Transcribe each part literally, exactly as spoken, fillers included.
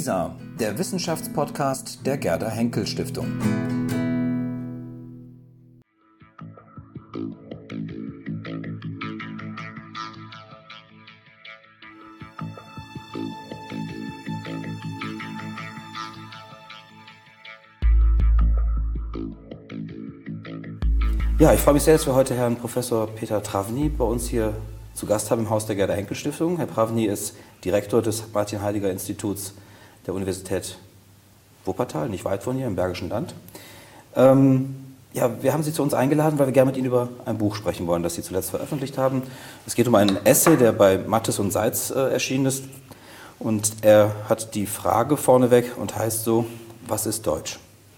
WISA, der Wissenschaftspodcast der Gerda Henkel Stiftung. Ja, ich freue mich sehr, dass wir heute Herrn Professor Peter Travny bei uns hier zu Gast haben im Haus der Gerda Henkel Stiftung. Herr Travny ist Direktor des Martin-Heidegger-Instituts der Universität Wuppertal, nicht weit von hier im Bergischen Land. Ähm, ja, wir haben Sie zu uns eingeladen, weil wir gerne mit Ihnen über ein Buch sprechen wollen, das Sie zuletzt veröffentlicht haben. Es geht um einen Essay, der bei Mattes und Seitz äh, erschienen ist. Und er hat die Frage vorneweg und heißt so: Was ist Deutsch?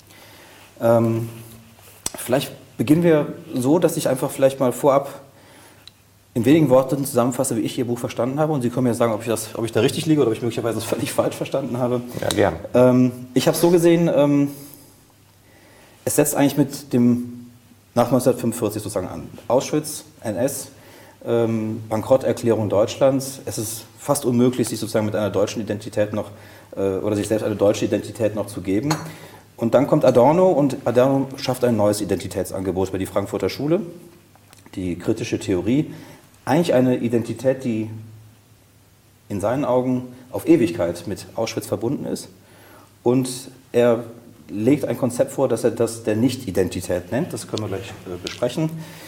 Ähm, vielleicht beginnen wir so, dass ich einfach vielleicht mal vorab in wenigen Worten zusammenfasse, wie ich Ihr Buch verstanden habe. Und Sie können mir sagen, ob ich, das, ob ich da richtig liege oder ob ich möglicherweise es völlig falsch verstanden habe. Ja, gern. Ähm, ich habe es so gesehen, ähm, es setzt eigentlich mit dem nach neunzehnhundertfünfundvierzig sozusagen an. Auschwitz, N S, ähm, Bankrotterklärung Deutschlands. Es ist fast unmöglich, sich sozusagen mit einer deutschen Identität noch äh, oder sich selbst eine deutsche Identität noch zu geben. Und dann kommt Adorno und Adorno schafft ein neues Identitätsangebot bei die Frankfurter Schule, die kritische Theorie. Eigentlich eine Identität, die in seinen Augen auf Ewigkeit mit Auschwitz verbunden ist. Und er legt ein Konzept vor, das er das der Nicht-Identität nennt. Das können wir gleich äh, besprechen.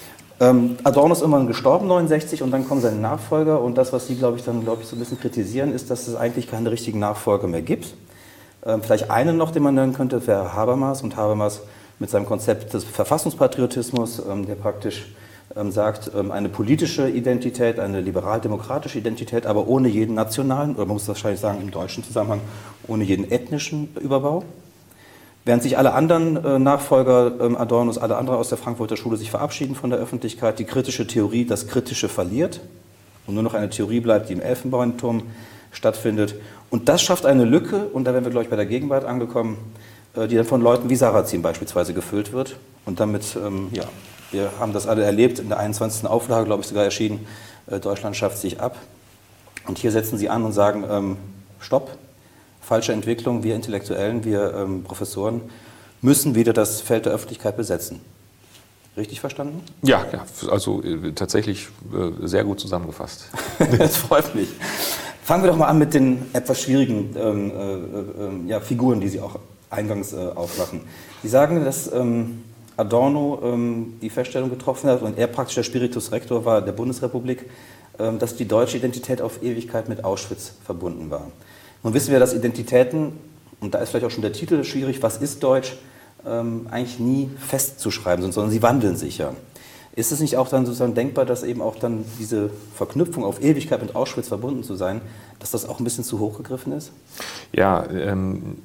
Ähm, Adorno ist irgendwann gestorben, neunundsechzig, und dann kommen seine Nachfolger. Und das, was Sie, glaube ich, dann glaube ich, so ein bisschen kritisieren, ist, dass es eigentlich keine richtigen Nachfolger mehr gibt. Ähm, vielleicht einen noch, den man nennen könnte, wäre Habermas. Und Habermas mit seinem Konzept des Verfassungspatriotismus, ähm, der praktisch ähm, sagt, ähm, eine politische Identität, eine liberal-demokratische Identität, aber ohne jeden nationalen, oder man muss wahrscheinlich sagen im deutschen Zusammenhang, ohne jeden ethnischen Überbau. Während sich alle anderen äh, Nachfolger ähm, Adornos, alle anderen aus der Frankfurter Schule sich verabschieden von der Öffentlichkeit, die kritische Theorie das Kritische verliert und nur noch eine Theorie bleibt, die im Elfenbeinturm stattfindet. Und das schafft eine Lücke, und da wären wir, glaube ich, bei der Gegenwart angekommen, äh, die dann von Leuten wie Sarrazin beispielsweise gefüllt wird. Und damit, ähm, ja, wir haben das alle erlebt, in der einundzwanzigsten Auflage, glaube ich, sogar erschienen, äh, Deutschland schafft sich ab. Und hier setzen sie an und sagen, ähm, Stopp. Falsche Entwicklung, wir Intellektuellen, wir ähm, Professoren müssen wieder das Feld der Öffentlichkeit besetzen. Richtig verstanden? Ja, ja, also äh, tatsächlich äh, sehr gut zusammengefasst. Das freut mich. Fangen wir doch mal an mit den etwas schwierigen ähm, äh, äh, ja, Figuren, die Sie auch eingangs äh, aufmachen. Sie sagen, dass ähm, Adorno ähm, die Feststellung getroffen hat und er praktisch der Spiritus Rector war der Bundesrepublik, ähm, dass die deutsche Identität auf Ewigkeit mit Auschwitz verbunden war. Nun wissen wir, dass Identitäten, und da ist vielleicht auch schon der Titel schwierig, was ist Deutsch, ähm, eigentlich nie festzuschreiben sind, sondern sie wandeln sich ja. Ist es nicht auch dann sozusagen denkbar, dass eben auch dann diese Verknüpfung auf Ewigkeit mit Auschwitz verbunden zu sein, dass das auch ein bisschen zu hoch gegriffen ist? Ja, ähm,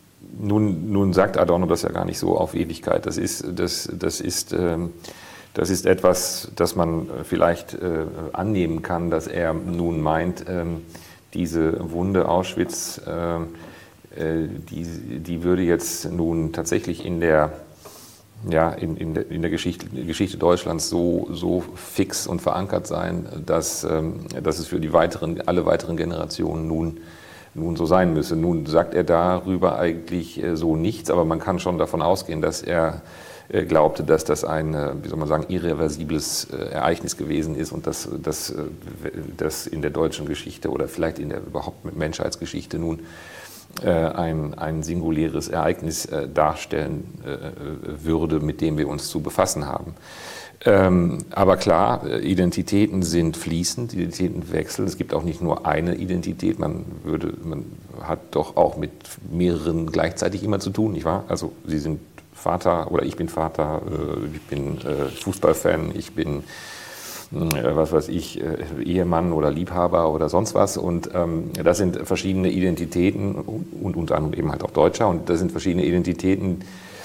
nun, nun sagt Adorno das ja gar nicht so auf Ewigkeit. Das ist, das, das ist, ähm, das ist etwas, das man vielleicht äh, annehmen kann, dass er nun meint, ähm, diese Wunde Auschwitz, äh, die, die würde jetzt nun tatsächlich in der, ja, in, in der, in der Geschichte, Geschichte Deutschlands so, so fix und verankert sein, dass, ähm, dass es für die weiteren, alle weiteren Generationen nun, nun so sein müsse. Nun sagt er darüber eigentlich äh, so nichts, aber man kann schon davon ausgehen, dass er äh, glaubte, dass das ein, äh, wie soll man sagen, irreversibles äh, Ereignis gewesen ist und dass das äh, in der deutschen Geschichte oder vielleicht in der überhaupt Menschheitsgeschichte nun äh, ein, ein singuläres Ereignis äh, darstellen äh, würde, mit dem wir uns zu befassen haben. Ähm, aber klar, Identitäten sind fließend, Identitäten wechseln. Es gibt auch nicht nur eine Identität, man, würde, man hat doch auch mit mehreren gleichzeitig immer zu tun, nicht wahr? Also Sie sind Vater oder ich bin Vater, äh, ich bin äh, Fußballfan, ich bin, äh, was weiß ich, äh, Ehemann oder Liebhaber oder sonst was. Und ähm, das sind verschiedene Identitäten und unter anderem eben halt auch Deutscher. Und das sind verschiedene Identitäten,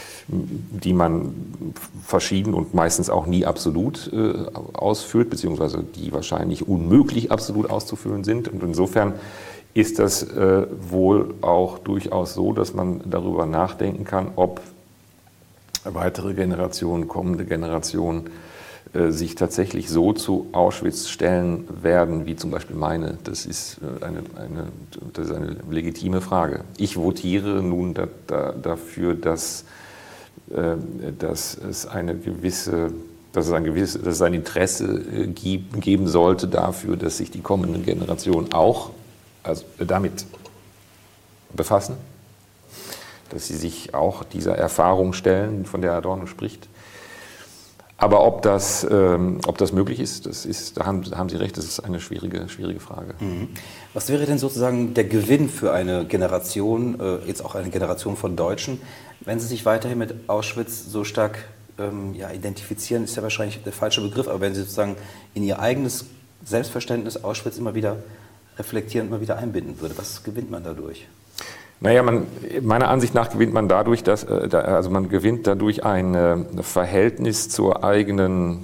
die man verschieden und meistens auch nie absolut äh, ausfüllt, beziehungsweise die wahrscheinlich unmöglich absolut auszufüllen sind. Und insofern ist das äh, wohl auch durchaus so, dass man darüber nachdenken kann, ob weitere Generationen, kommende Generationen äh, sich tatsächlich so zu Auschwitz stellen werden, wie zum Beispiel meine, das ist eine, eine, das ist eine legitime Frage. Ich votiere nun da, da, dafür, dass, äh, dass es eine gewisse, dass es ein gewisses, dass es ein Interesse äh, gibt, geben sollte dafür, dass sich die kommenden Generationen auch also, äh, damit befassen, dass sie sich auch dieser Erfahrung stellen, von der Adorno spricht. Aber ob das, ähm, ob das möglich ist, das ist, da haben, da haben Sie recht, das ist eine schwierige, schwierige Frage. Mhm. Was wäre denn sozusagen der Gewinn für eine Generation, äh, jetzt auch eine Generation von Deutschen, wenn sie sich weiterhin mit Auschwitz so stark ähm, ja, identifizieren, ist ja wahrscheinlich der falsche Begriff, aber wenn sie sozusagen in ihr eigenes Selbstverständnis Auschwitz immer wieder reflektieren, immer wieder einbinden würde? Was gewinnt man dadurch? Naja, man, meiner Ansicht nach gewinnt man dadurch, dass, also man gewinnt dadurch ein Verhältnis zur eigenen,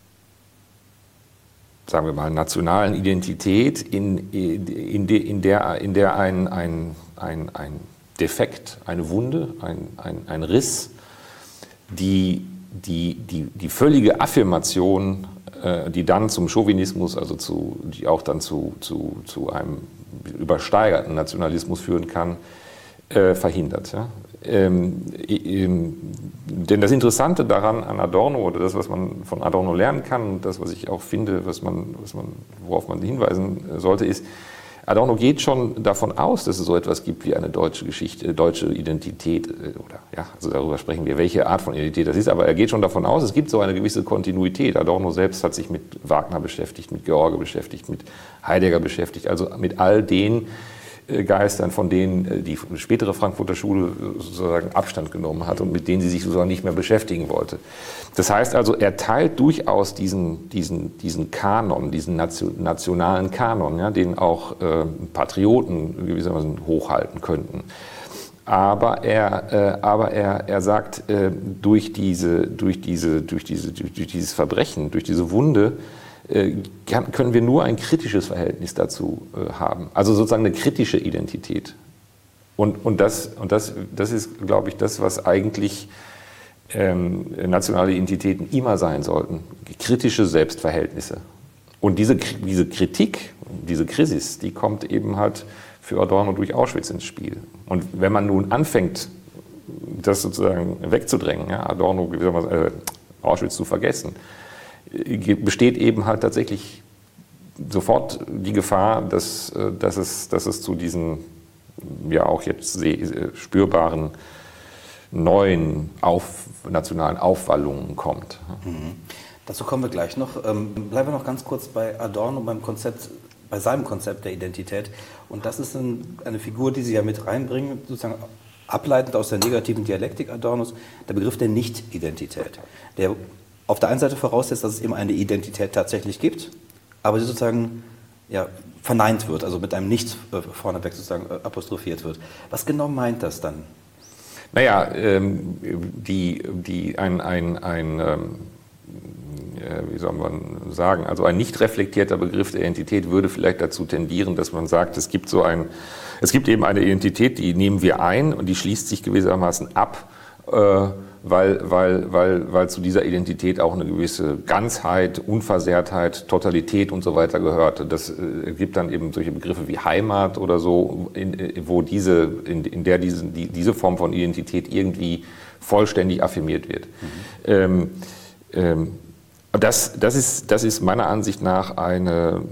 sagen wir mal, nationalen Identität, in, in, de, in der, in der ein, ein, ein, ein Defekt, eine Wunde, ein, ein, ein Riss, die, die, die, die völlige Affirmation, die dann zum Chauvinismus, also zu, die auch dann zu, zu, zu einem übersteigerten Nationalismus führen kann, äh, verhindert. Ja? Ähm, ähm, denn das Interessante daran an Adorno oder das, was man von Adorno lernen kann und das, was ich auch finde, was man, was man, worauf man hinweisen sollte, ist, Adorno geht schon davon aus, dass es so etwas gibt wie eine deutsche Geschichte, deutsche Identität, oder ja, also darüber sprechen wir, welche Art von Identität das ist, aber er geht schon davon aus, es gibt so eine gewisse Kontinuität. Adorno selbst hat sich mit Wagner beschäftigt, mit George beschäftigt, mit Heidegger beschäftigt, also mit all den Geistern, von denen die spätere Frankfurter Schule sozusagen Abstand genommen hat und mit denen sie sich sozusagen nicht mehr beschäftigen wollte. Das heißt also, er teilt durchaus diesen, diesen, diesen Kanon, diesen nationalen Kanon, ja, den auch äh, Patrioten gewissermaßen hochhalten könnten. Aber er, äh, aber er, er sagt, äh, durch, diese, durch, diese, durch, diese, durch, durch dieses Verbrechen, durch diese Wunde, Kann, können wir nur ein kritisches Verhältnis dazu äh, haben, also sozusagen eine kritische Identität. Und, und, das, und das, das ist, glaube ich, das, was eigentlich ähm, nationale Identitäten immer sein sollten, kritische Selbstverhältnisse. Und diese, diese Kritik, diese Krisis, die kommt eben halt für Adorno durch Auschwitz ins Spiel. Und wenn man nun anfängt, das sozusagen wegzudrängen, ja, Adorno gewissermaßen äh, Auschwitz zu vergessen, besteht eben halt tatsächlich sofort die Gefahr, dass, dass, es, dass es zu diesen ja auch jetzt spürbaren neuen auf, nationalen Aufwallungen kommt. Mhm. Dazu kommen wir gleich noch. Ähm, bleiben wir noch ganz kurz bei Adorno, beim Konzept, bei seinem Konzept der Identität. Und das ist ein, eine Figur, die Sie ja mit reinbringen, sozusagen ableitend aus der negativen Dialektik Adornos, der Begriff der Nicht-Identität, der auf der einen Seite voraussetzt, dass es eben eine Identität tatsächlich gibt, aber sie sozusagen ja, verneint wird, also mit einem Nichts äh, vorneweg sozusagen äh, apostrophiert wird. Was genau meint das dann? Naja, ähm, die, die, ein, ein, ein ähm, äh, wie soll man sagen, also ein nicht reflektierter Begriff der Identität würde vielleicht dazu tendieren, dass man sagt, es gibt so ein, es gibt eben eine Identität, die nehmen wir ein und die schließt sich gewissermaßen ab, äh, Weil, weil, weil, weil zu dieser Identität auch eine gewisse Ganzheit, Unversehrtheit, Totalität und so weiter gehört. Das äh, gibt dann eben solche Begriffe wie Heimat oder so, in, wo diese, in, in der diese, die, diese Form von Identität irgendwie vollständig affirmiert wird. Mhm. Ähm, ähm, das, das, ist, das ist meiner Ansicht nach eine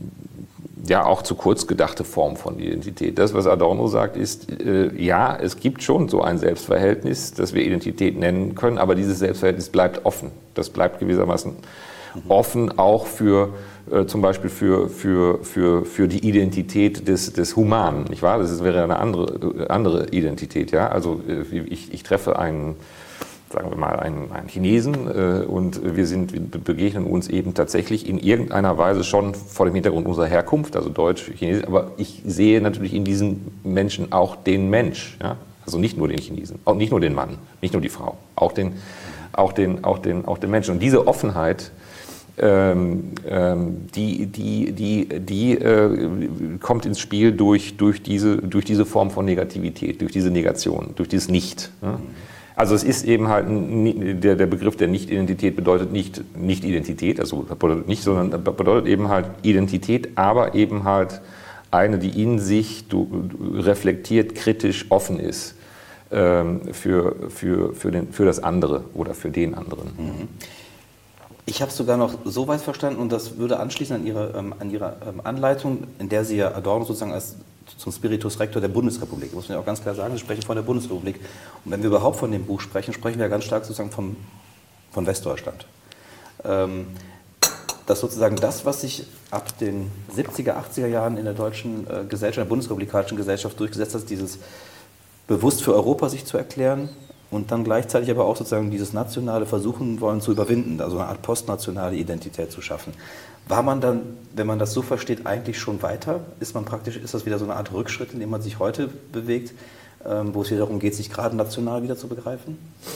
ja auch zu kurz gedachte Form von Identität. Das, was Adorno sagt, ist, äh, ja, es gibt schon so ein Selbstverhältnis, das wir Identität nennen können, aber dieses Selbstverhältnis bleibt offen. Das bleibt gewissermaßen mhm. offen auch für, äh, zum Beispiel für, für, für, für die Identität des, des Humanen, nicht wahr? Das ist, wäre eine andere, andere Identität, ja. Also äh, ich, ich treffe einen, sagen wir mal, einen, einen Chinesen äh, und wir, sind, wir begegnen uns eben tatsächlich in irgendeiner Weise schon vor dem Hintergrund unserer Herkunft, also Deutsch, Chinesisch, aber ich sehe natürlich in diesen Menschen auch den Mensch, ja? Also nicht nur den Chinesen, auch nicht nur den Mann, nicht nur die Frau, auch den, auch den, auch den, auch den Menschen. Und diese Offenheit, ähm, ähm, die, die, die, die äh, kommt ins Spiel durch, durch, diese, durch diese Form von Negativität, durch diese Negation, durch dieses Nicht. Ja? Also es ist eben halt, der, der Begriff der Nicht-Identität bedeutet nicht Nicht-Identität, also bedeutet nicht, sondern bedeutet eben halt Identität, aber eben halt eine, die in sich reflektiert, kritisch, offen ist ähm, für, für, für, den, für das andere oder für den anderen. Mhm. Ich habe es sogar noch so weit verstanden, und das würde anschließen an Ihre, ähm, an Ihre ähm, Anleitung, in der Sie ja Adorno sozusagen als zum Spiritus Rector der Bundesrepublik, muss man ja auch ganz klar sagen, Sie sprechen von der Bundesrepublik. Und wenn wir überhaupt von dem Buch sprechen, sprechen wir ja ganz stark sozusagen vom, von Westdeutschland. Ähm, dass sozusagen das, was sich ab den siebziger, achtziger Jahren in der deutschen äh, Gesellschaft, in der bundesrepublikanischen Gesellschaft durchgesetzt hat, dieses bewusst für Europa sich zu erklären und dann gleichzeitig aber auch sozusagen dieses nationale Versuchen wollen zu überwinden, also eine Art postnationale Identität zu schaffen. War man dann, wenn man das so versteht, eigentlich schon weiter? Ist man praktisch, ist das wieder so eine Art Rückschritt, in dem man sich heute bewegt, ähm, wo es wieder darum geht, sich gerade national wieder zu begreifen?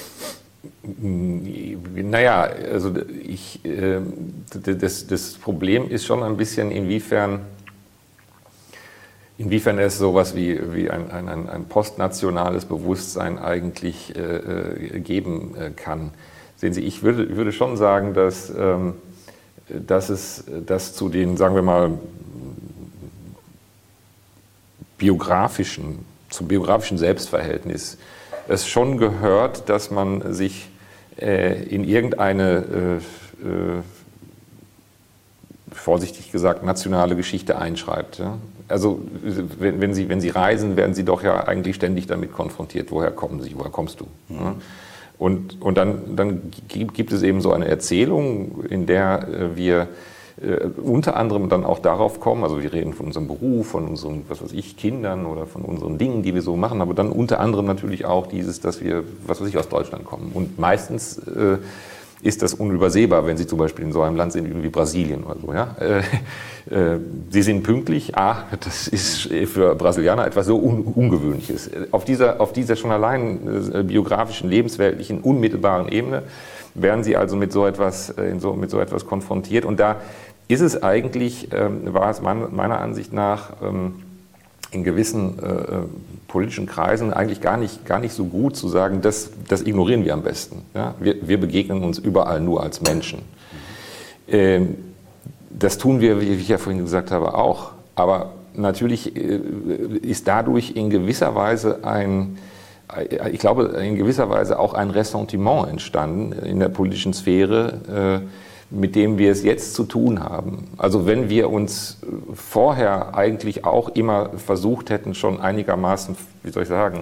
Naja, also ich, äh, das, das Problem ist schon ein bisschen, inwiefern, inwiefern es sowas wie, wie ein, ein, ein postnationales Bewusstsein eigentlich äh, geben kann. Sehen Sie, ich würde, würde schon sagen, dass, ähm, dass es dass zu den, sagen wir mal, biografischen, zum biografischen Selbstverhältnis es schon gehört, dass man sich äh, in irgendeine, äh, äh, vorsichtig gesagt, nationale Geschichte einschreibt. Ja? Also wenn, wenn, Sie, wenn Sie reisen, werden Sie doch ja eigentlich ständig damit konfrontiert, woher kommen Sie, woher kommst du? Mhm. Ja? Und, und dann, dann gibt es eben so eine Erzählung, in der äh, wir äh, unter anderem dann auch darauf kommen, also wir reden von unserem Beruf, von unseren, was weiß ich, Kindern oder von unseren Dingen, die wir so machen, aber dann unter anderem natürlich auch dieses, dass wir, was weiß ich, aus Deutschland kommen. Und meistens äh, ist das unübersehbar, wenn Sie zum Beispiel in so einem Land sind wie Brasilien oder so. Ja? Äh, äh, Sie sind pünktlich, ah, das ist für Brasilianer etwas so un Ungewöhnliches. Auf dieser, auf dieser schon allein äh, biografischen, lebensweltlichen, unmittelbaren Ebene werden Sie also mit so etwas, äh, so, mit so etwas konfrontiert. Und da ist es eigentlich, ähm, war es mein, meiner Ansicht nach, ähm, in gewissen äh, politischen Kreisen eigentlich gar nicht, gar nicht so gut zu sagen, das, das ignorieren wir am besten. Ja? Wir, wir begegnen uns überall nur als Menschen. Ähm, das tun wir, wie ich ja vorhin gesagt habe, auch. Aber natürlich äh, ist dadurch in gewisser Weise ein, äh, ich glaube, in gewisser Weise auch ein Ressentiment entstanden in der politischen Sphäre, äh, mit dem wir es jetzt zu tun haben. Also wenn wir uns vorher eigentlich auch immer versucht hätten, schon einigermaßen, wie soll ich sagen,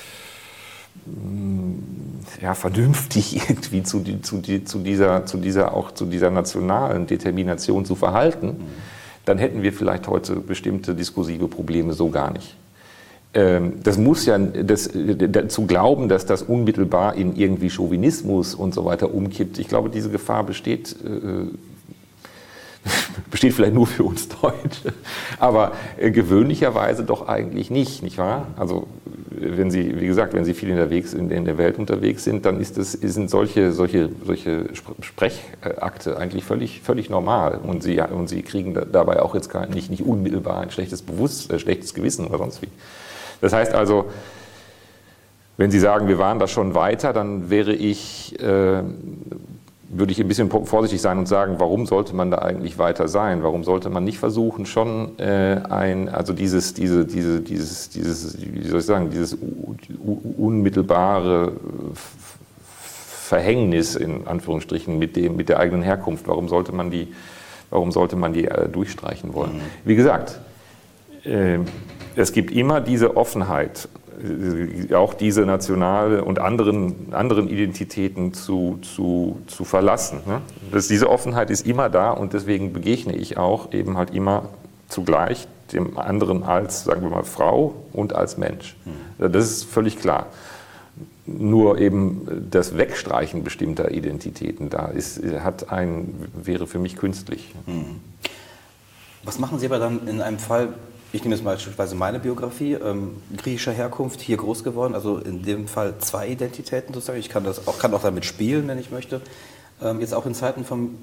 ja, vernünftig irgendwie zu, zu, zu, dieser, zu, dieser, auch zu dieser nationalen Determination zu verhalten, dann hätten wir vielleicht heute bestimmte diskursive Probleme so gar nicht. Das muss ja, das, zu glauben, dass das unmittelbar in irgendwie Chauvinismus und so weiter umkippt, ich glaube, diese Gefahr besteht, äh, besteht vielleicht nur für uns Deutsche, aber äh, gewöhnlicherweise doch eigentlich nicht, nicht wahr? Also wenn Sie, wie gesagt, wenn Sie viel unterwegs in, in der Welt unterwegs sind, dann ist das, sind solche, solche, solche Sprechakte eigentlich völlig, völlig normal und Sie, und Sie kriegen dabei auch jetzt gar nicht, nicht unmittelbar ein schlechtes Bewusstsein, äh, schlechtes Gewissen oder sonst wie. Das heißt also, wenn Sie sagen, wir waren da schon weiter, dann wäre ich, äh, würde ich ein bisschen vorsichtig sein und sagen, warum sollte man da eigentlich weiter sein? Warum sollte man nicht versuchen, schon äh, ein, also dieses, diese, diese, dieses, dieses, wie soll ich sagen, dieses unmittelbare Verhängnis in Anführungsstrichen mit dem, mit der eigenen Herkunft, warum sollte man die, warum sollte man die äh, durchstreichen wollen? Mhm. Wie gesagt, äh, es gibt immer diese Offenheit, auch diese nationale und anderen, anderen Identitäten zu, zu, zu verlassen. Das, diese Offenheit ist immer da und deswegen begegne ich auch eben halt immer zugleich dem anderen als, sagen wir mal, Frau und als Mensch. Das ist völlig klar. Nur eben das Wegstreichen bestimmter Identitäten da ist, hat ein, wäre für mich künstlich. Was machen Sie aber dann in einem Fall? Ich nehme jetzt beispielsweise meine Biografie, ähm, griechischer Herkunft, hier groß geworden, also in dem Fall zwei Identitäten sozusagen. Ich kann, das auch, kann auch damit spielen, wenn ich möchte. Ähm, jetzt auch in Zeiten vom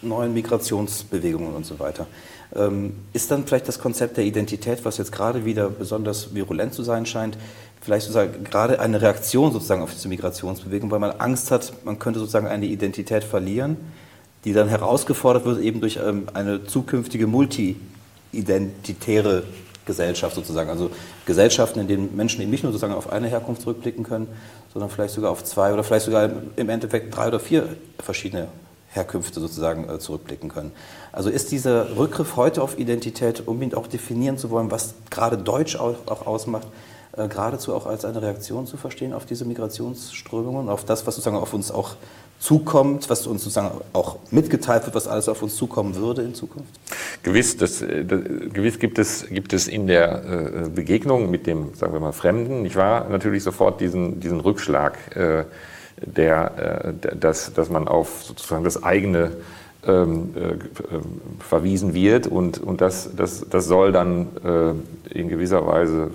neuen Migrationsbewegungen und so weiter. Ähm, ist dann vielleicht das Konzept der Identität, was jetzt gerade wieder besonders virulent zu sein scheint, vielleicht sozusagen gerade eine Reaktion sozusagen auf diese Migrationsbewegung, weil man Angst hat, man könnte sozusagen eine Identität verlieren, die dann herausgefordert wird eben durch ähm, eine zukünftige multi-identitäre Gesellschaft sozusagen, also Gesellschaften, in denen Menschen eben nicht nur sozusagen auf eine Herkunft zurückblicken können, sondern vielleicht sogar auf zwei oder vielleicht sogar im Endeffekt drei oder vier verschiedene Herkünfte sozusagen äh, zurückblicken können. Also ist dieser Rückgriff heute auf Identität, um ihn auch definieren zu wollen, was gerade Deutsch auch, auch ausmacht, äh, geradezu auch als eine Reaktion zu verstehen auf diese Migrationsströmungen, auf das, was sozusagen auf uns auch zukommt, was uns sozusagen auch mitgeteilt wird, was alles auf uns zukommen würde in Zukunft? Gewiss, das, das, gewiss gibt es, gibt es in der äh, Begegnung mit dem, sagen wir mal, Fremden, nicht wahr, natürlich sofort diesen, diesen Rückschlag, äh, der, äh, dass, dass man auf sozusagen das eigene ähm, äh, verwiesen wird und, und das, das, das soll dann äh, in gewisser Weise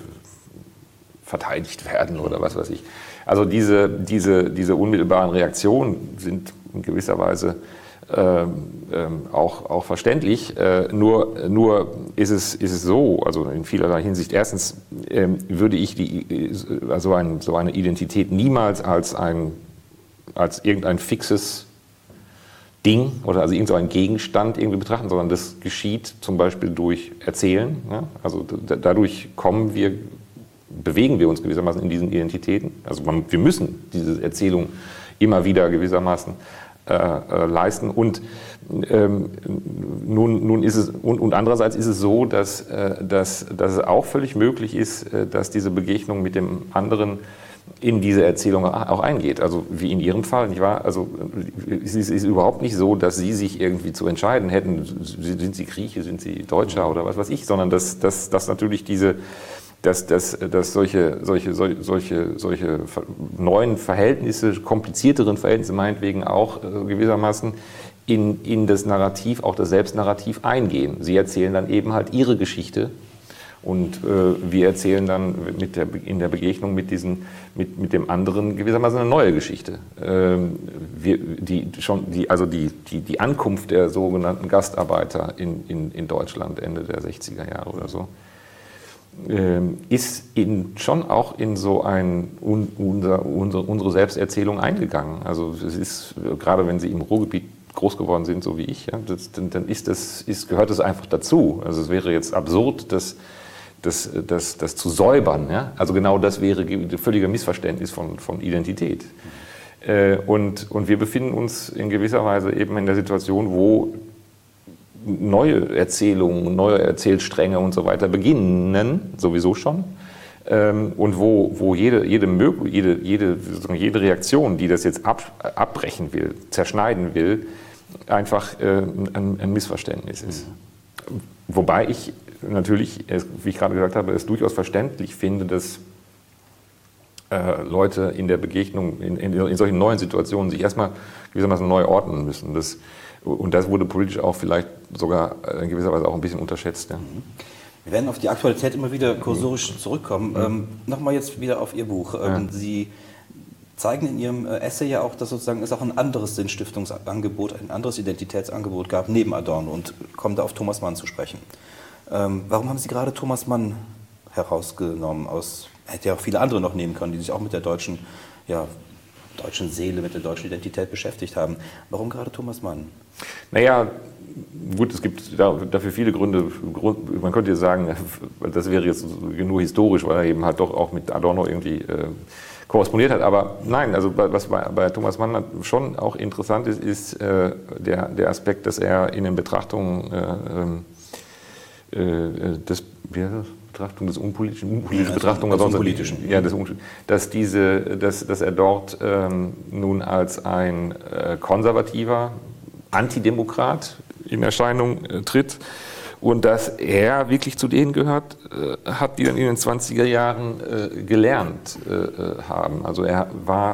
verteidigt werden oder was weiß ich. Also diese, diese, diese unmittelbaren Reaktionen sind in gewisser Weise ähm, ähm, auch, auch verständlich. Äh, nur nur ist, es, ist es so, also in vielerlei Hinsicht, erstens ähm, würde ich die, also ein, so eine Identität niemals als, ein, als irgendein fixes Ding oder also irgendein Gegenstand irgendwie betrachten, sondern das geschieht zum Beispiel durch Erzählen. Ja? Also d- dadurch kommen wir bewegen wir uns gewissermaßen in diesen Identitäten. Also man, wir müssen diese Erzählung immer wieder gewissermaßen äh, äh, leisten. Und ähm, nun, nun ist es und, und andererseits ist es so, dass, äh, dass, dass es auch völlig möglich ist, äh, dass diese Begegnung mit dem anderen in diese Erzählung auch eingeht. Also wie in Ihrem Fall, nicht wahr? Also es ist, ist überhaupt nicht so, dass Sie sich irgendwie zu entscheiden hätten, sind Sie Grieche, sind Sie Deutscher oder was weiß ich, sondern dass, dass, dass natürlich diese Dass, dass, dass solche, solche, solche, solche neuen Verhältnisse, komplizierteren Verhältnisse meinetwegen auch äh, gewissermaßen in, in das Narrativ, auch das Selbstnarrativ eingehen. Sie erzählen dann eben halt ihre Geschichte und äh, wir erzählen dann mit der, in der Begegnung mit, diesen, mit, mit dem anderen gewissermaßen eine neue Geschichte. Ähm, wir, die, schon, die, also die, die, die Ankunft der sogenannten Gastarbeiter in, in, in Deutschland Ende der sechziger Jahre oder so, ist in, schon auch in so ein, un, unser, unsere, unsere Selbsterzählung eingegangen. Also es ist, gerade wenn Sie im Ruhrgebiet groß geworden sind, so wie ich, ja, das, dann, dann ist das, ist, gehört das einfach dazu. Also es wäre jetzt absurd, das, das, das, das zu säubern. Ja? Also genau das wäre ein völliger Missverständnis von, von Identität. Und, und wir befinden uns in gewisser Weise eben in der Situation, wo neue Erzählungen, neue Erzählstränge und so weiter beginnen, sowieso schon. Ähm, und wo, wo jede, jede, jede, jede, jede Reaktion, die das jetzt ab, abbrechen will, zerschneiden will, einfach äh, ein, ein Missverständnis ist. Mhm. Wobei ich natürlich, wie ich gerade gesagt habe, es durchaus verständlich finde, dass äh, Leute in der Begegnung, in, in, in solchen neuen Situationen sich erstmal gewissermaßen neu ordnen müssen. Das, Und das wurde politisch auch vielleicht sogar in gewisser Weise auch ein bisschen unterschätzt. Ja. Wir werden auf die Aktualität immer wieder kursorisch zurückkommen. Mhm. Ähm, Nochmal jetzt wieder auf Ihr Buch. Ähm, ja. Sie zeigen in Ihrem Essay ja auch, dass sozusagen es auch ein anderes Sinnstiftungsangebot, ein anderes Identitätsangebot gab neben Adorno und kommen da auf Thomas Mann zu sprechen. Ähm, warum haben Sie gerade Thomas Mann herausgenommen? Aus, hätte ja auch viele andere noch nehmen können, die sich auch mit der deutschen, ja, deutschen Seele, mit der deutschen Identität beschäftigt haben. Warum gerade Thomas Mann? Naja, gut, es gibt dafür viele Gründe. Man könnte jetzt sagen, das wäre jetzt nur historisch, weil er eben halt doch auch mit Adorno irgendwie äh, korrespondiert hat. Aber nein, also was bei, bei Thomas Mann schon auch interessant ist, ist äh, der, der Aspekt, dass er in den Betrachtungen äh, äh, des, wie heißt das? Betrachtung des Unpolitischen, unpolitische Betrachtung, des Unpolitischen. Ja, des Unpolitischen, dass, diese, dass, dass er dort ähm, nun als ein äh, konservativer Antidemokrat in Erscheinung äh, tritt und dass er wirklich zu denen gehört äh, hat, die dann in den zwanziger Jahren äh, gelernt äh, haben. Also er war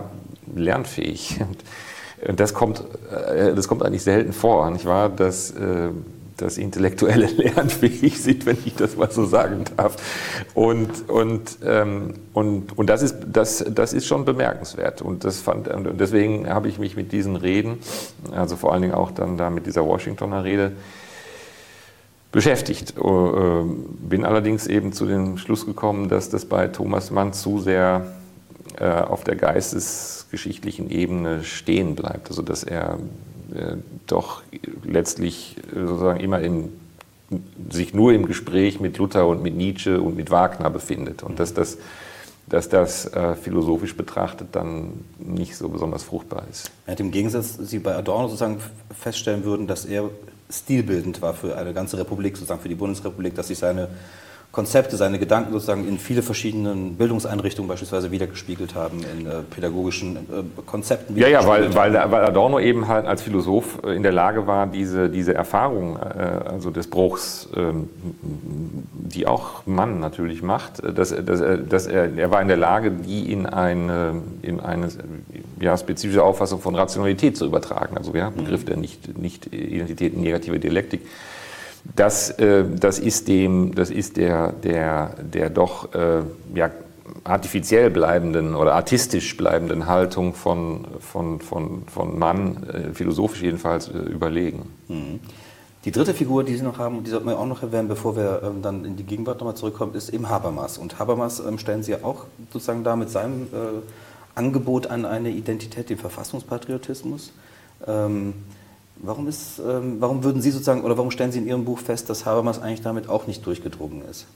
lernfähig. Und das kommt, äh, das kommt eigentlich selten vor, nicht wahr? Dass, äh, das intellektuelle lernfähig sind, wenn ich das mal so sagen darf. Und, und, ähm, und, und das, ist, das, das ist schon bemerkenswert. Und, das fand, und deswegen habe ich mich mit diesen Reden, also vor allen Dingen auch dann da mit dieser Washingtoner Rede, beschäftigt. Bin allerdings eben zu dem Schluss gekommen, dass das bei Thomas Mann zu sehr äh, auf der geistesgeschichtlichen Ebene stehen bleibt. Also dass er äh, doch letztlich sozusagen immer in, sich nur im Gespräch mit Luther und mit Nietzsche und mit Wagner befindet und dass das, dass das äh, philosophisch betrachtet dann nicht so besonders fruchtbar ist. Ja, im Gegensatz, Sie bei Adorno sozusagen feststellen würden, dass er stilbildend war für eine ganze Republik, sozusagen für die Bundesrepublik, dass sich seine Konzepte, seine Gedanken sozusagen in viele verschiedenen Bildungseinrichtungen beispielsweise wiedergespiegelt haben, in äh, pädagogischen äh, Konzepten. Ja, ja, weil, weil, weil Adorno eben halt als Philosoph in der Lage war, diese, diese Erfahrung, äh, also des Bruchs, äh, die auch Mann natürlich macht, dass, dass, dass er, er war in der Lage, die in eine, in eine ja, spezifische Auffassung von Rationalität zu übertragen. Also ja, Begriff der nicht, nicht Identität, negative Dialektik. Das, äh, das ist, dem, das ist der, der, der doch äh, ja, artifiziell bleibenden oder artistisch bleibenden Haltung von, von, von, von Mann, äh, philosophisch jedenfalls, äh, überlegen. Mhm. Die dritte Figur, die Sie noch haben, die sollten wir auch noch erwähnen, bevor wir ähm, dann in die Gegenwart nochmal zurückkommen, ist eben Habermas. Und Habermas ähm, stellen Sie ja auch sozusagen da mit seinem äh, Angebot an eine Identität, den Verfassungspatriotismus. Ähm, Warum, ist, ähm, warum würden Sie sozusagen, oder warum stellen Sie in Ihrem Buch fest, dass Habermas eigentlich damit auch nicht durchgedrungen ist?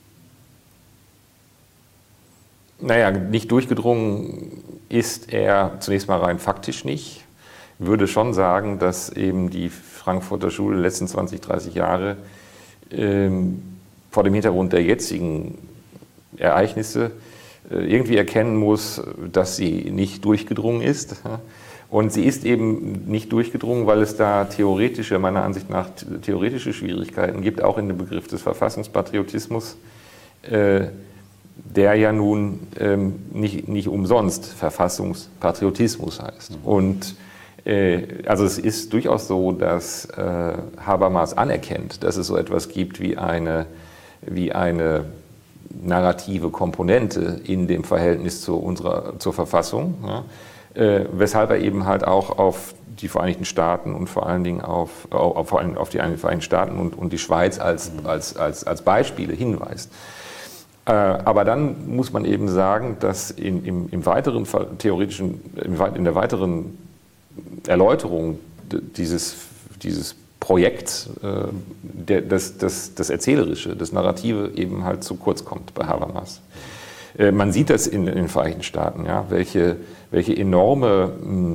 Naja, nicht durchgedrungen ist er zunächst mal rein faktisch nicht. Ich würde schon sagen, dass eben die Frankfurter Schule der letzten zwanzig, dreißig Jahre ähm, vor dem Hintergrund der jetzigen Ereignisse äh, irgendwie erkennen muss, dass sie nicht durchgedrungen ist. Und sie ist eben nicht durchgedrungen, weil es da theoretische, meiner Ansicht nach theoretische Schwierigkeiten gibt, auch in dem Begriff des Verfassungspatriotismus, äh, der ja nun ähm, nicht, nicht umsonst Verfassungspatriotismus heißt. Und äh, also es ist durchaus so, dass äh, Habermas anerkennt, dass es so etwas gibt wie eine, wie eine narrative Komponente in dem Verhältnis zu unserer, zur Verfassung, ja. Äh, weshalb er eben halt auch auf die Vereinigten Staaten und vor allen Dingen auf, auf, vor allem auf die Vereinigten Staaten und, und die Schweiz als, als, als, als Beispiele hinweist. Äh, aber dann muss man eben sagen, dass in, im, im weiteren theoretischen, in der weiteren Erläuterung dieses, dieses Projekts äh, der, das, das, das Erzählerische, das Narrative eben halt zu kurz kommt bei Habermas. Man sieht das in, in den Vereinigten Staaten, ja, welche, welche enorme,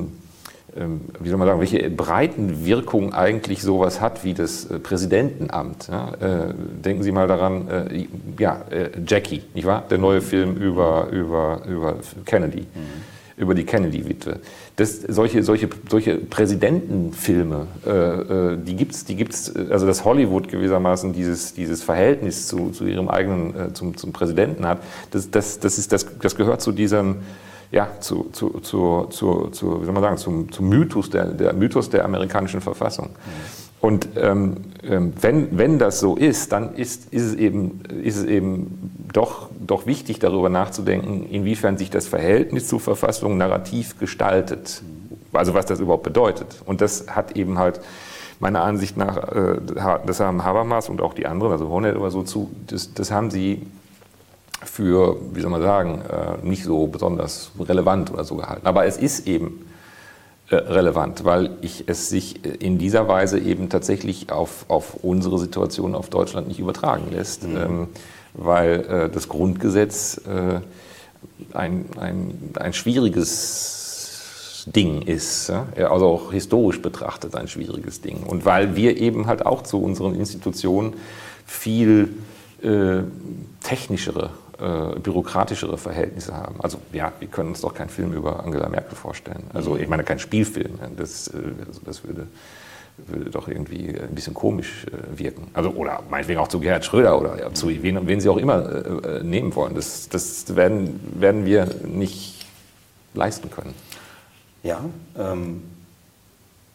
wie soll man sagen, welche Breitenwirkung eigentlich sowas hat wie das Präsidentenamt. Ja. Denken Sie mal daran, ja, Jackie, nicht wahr? Der neue Film über, über, über Kennedy, mhm. über die Kennedy-Witwe. Das, solche, solche, solche Präsidentenfilme, äh, die gibt es, die gibt's, also dass Hollywood gewissermaßen dieses, dieses Verhältnis zu, zu ihrem eigenen, äh, zum, zum Präsidenten hat, das, das, das, ist, das, das gehört zu diesem, ja, zu, zu, zu, zu, zu wie soll man sagen, zum, zum Mythos der, der Mythos der amerikanischen Verfassung. Mhm. Und ähm, wenn, wenn das so ist, dann ist, ist, es eben, ist es eben doch, doch wichtig, darüber nachzudenken, inwiefern sich das Verhältnis zur Verfassung narrativ gestaltet. Also was das überhaupt bedeutet. Und das hat eben halt meiner Ansicht nach, äh, das haben Habermas und auch die anderen, also Hornet oder so, zu, das, das haben sie für, wie soll man sagen, äh, nicht so besonders relevant oder so gehalten. Aber es ist eben relevant, weil ich es sich in dieser Weise eben tatsächlich auf, auf unsere Situation, auf Deutschland nicht übertragen lässt, mhm. ähm, weil äh, das Grundgesetz äh, ein, ein, ein schwieriges Ding ist, ja? Also auch historisch betrachtet ein schwieriges Ding. Und weil wir eben halt auch zu unseren Institutionen viel äh, technischere, äh, bürokratischere Verhältnisse haben. Also ja, wir können uns doch keinen Film über Angela Merkel vorstellen. Also ich meine, kein Spielfilm. Das, äh, also, das würde, würde doch irgendwie ein bisschen komisch äh, wirken. Also, oder meinetwegen auch zu Gerhard Schröder oder ja, zu wen, wen Sie auch immer äh, nehmen wollen. Das, das werden, werden wir nicht leisten können. Ja, ähm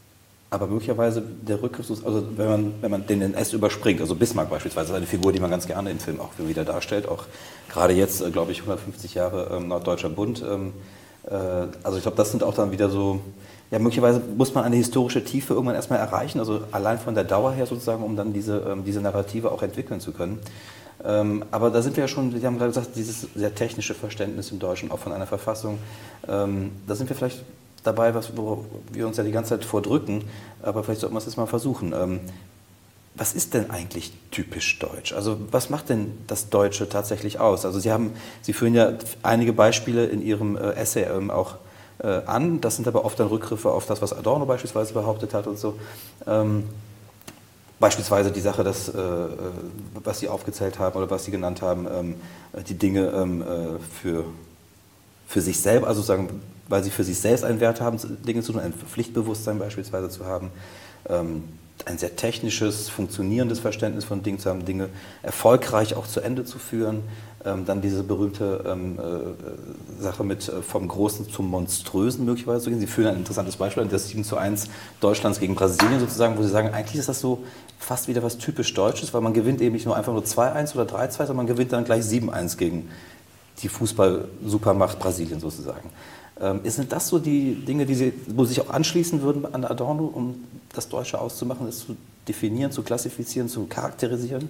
aber möglicherweise der Rückgriff, also wenn man, wenn man den N S überspringt, also Bismarck beispielsweise, ist eine Figur, die man ganz gerne in Filmen auch wieder darstellt, auch gerade jetzt, glaube ich, hundertfünfzig Jahre ähm, Norddeutscher Bund. Ähm, äh, also ich glaube, das sind auch dann wieder so, ja, möglicherweise muss man eine historische Tiefe irgendwann erstmal erreichen, also allein von der Dauer her sozusagen, um dann diese, ähm, diese Narrative auch entwickeln zu können. Ähm, aber da sind wir ja schon, Sie haben gerade gesagt, dieses sehr technische Verständnis im Deutschen, auch von einer Verfassung, ähm, da sind wir vielleicht dabei, was, wo wir uns ja die ganze Zeit vordrücken, aber vielleicht sollten wir es jetzt mal versuchen. Ähm, was ist denn eigentlich typisch deutsch? Also was macht denn das Deutsche tatsächlich aus? Also Sie haben, Sie führen ja einige Beispiele in Ihrem äh, Essay ähm, auch äh, an, das sind aber oft dann Rückgriffe auf das, was Adorno beispielsweise behauptet hat und so. Ähm, Beispielsweise die Sache, dass, äh, was Sie aufgezählt haben oder was Sie genannt haben, ähm, die Dinge ähm, für, für sich selber, also sagen, weil sie für sich selbst einen Wert haben, Dinge zu tun, ein Pflichtbewusstsein beispielsweise zu haben, ähm, ein sehr technisches, funktionierendes Verständnis von Dingen zu haben, Dinge erfolgreich auch zu Ende zu führen. Ähm, dann diese berühmte ähm, äh, Sache mit äh, vom Großen zum Monströsen möglicherweise zu gehen. Sie führen ein interessantes Beispiel an, das sieben zu eins Deutschlands gegen Brasilien sozusagen, wo Sie sagen, eigentlich ist das so fast wieder was typisch Deutsches, weil man gewinnt eben nicht nur einfach nur zwei eins oder drei zwei, sondern man gewinnt dann gleich sieben eins gegen die Fußball-Supermacht Brasilien sozusagen. Ähm, sind das so die Dinge, die Sie, wo Sie sich auch anschließen würden an Adorno, um das Deutsche auszumachen, das zu definieren, zu klassifizieren, zu charakterisieren?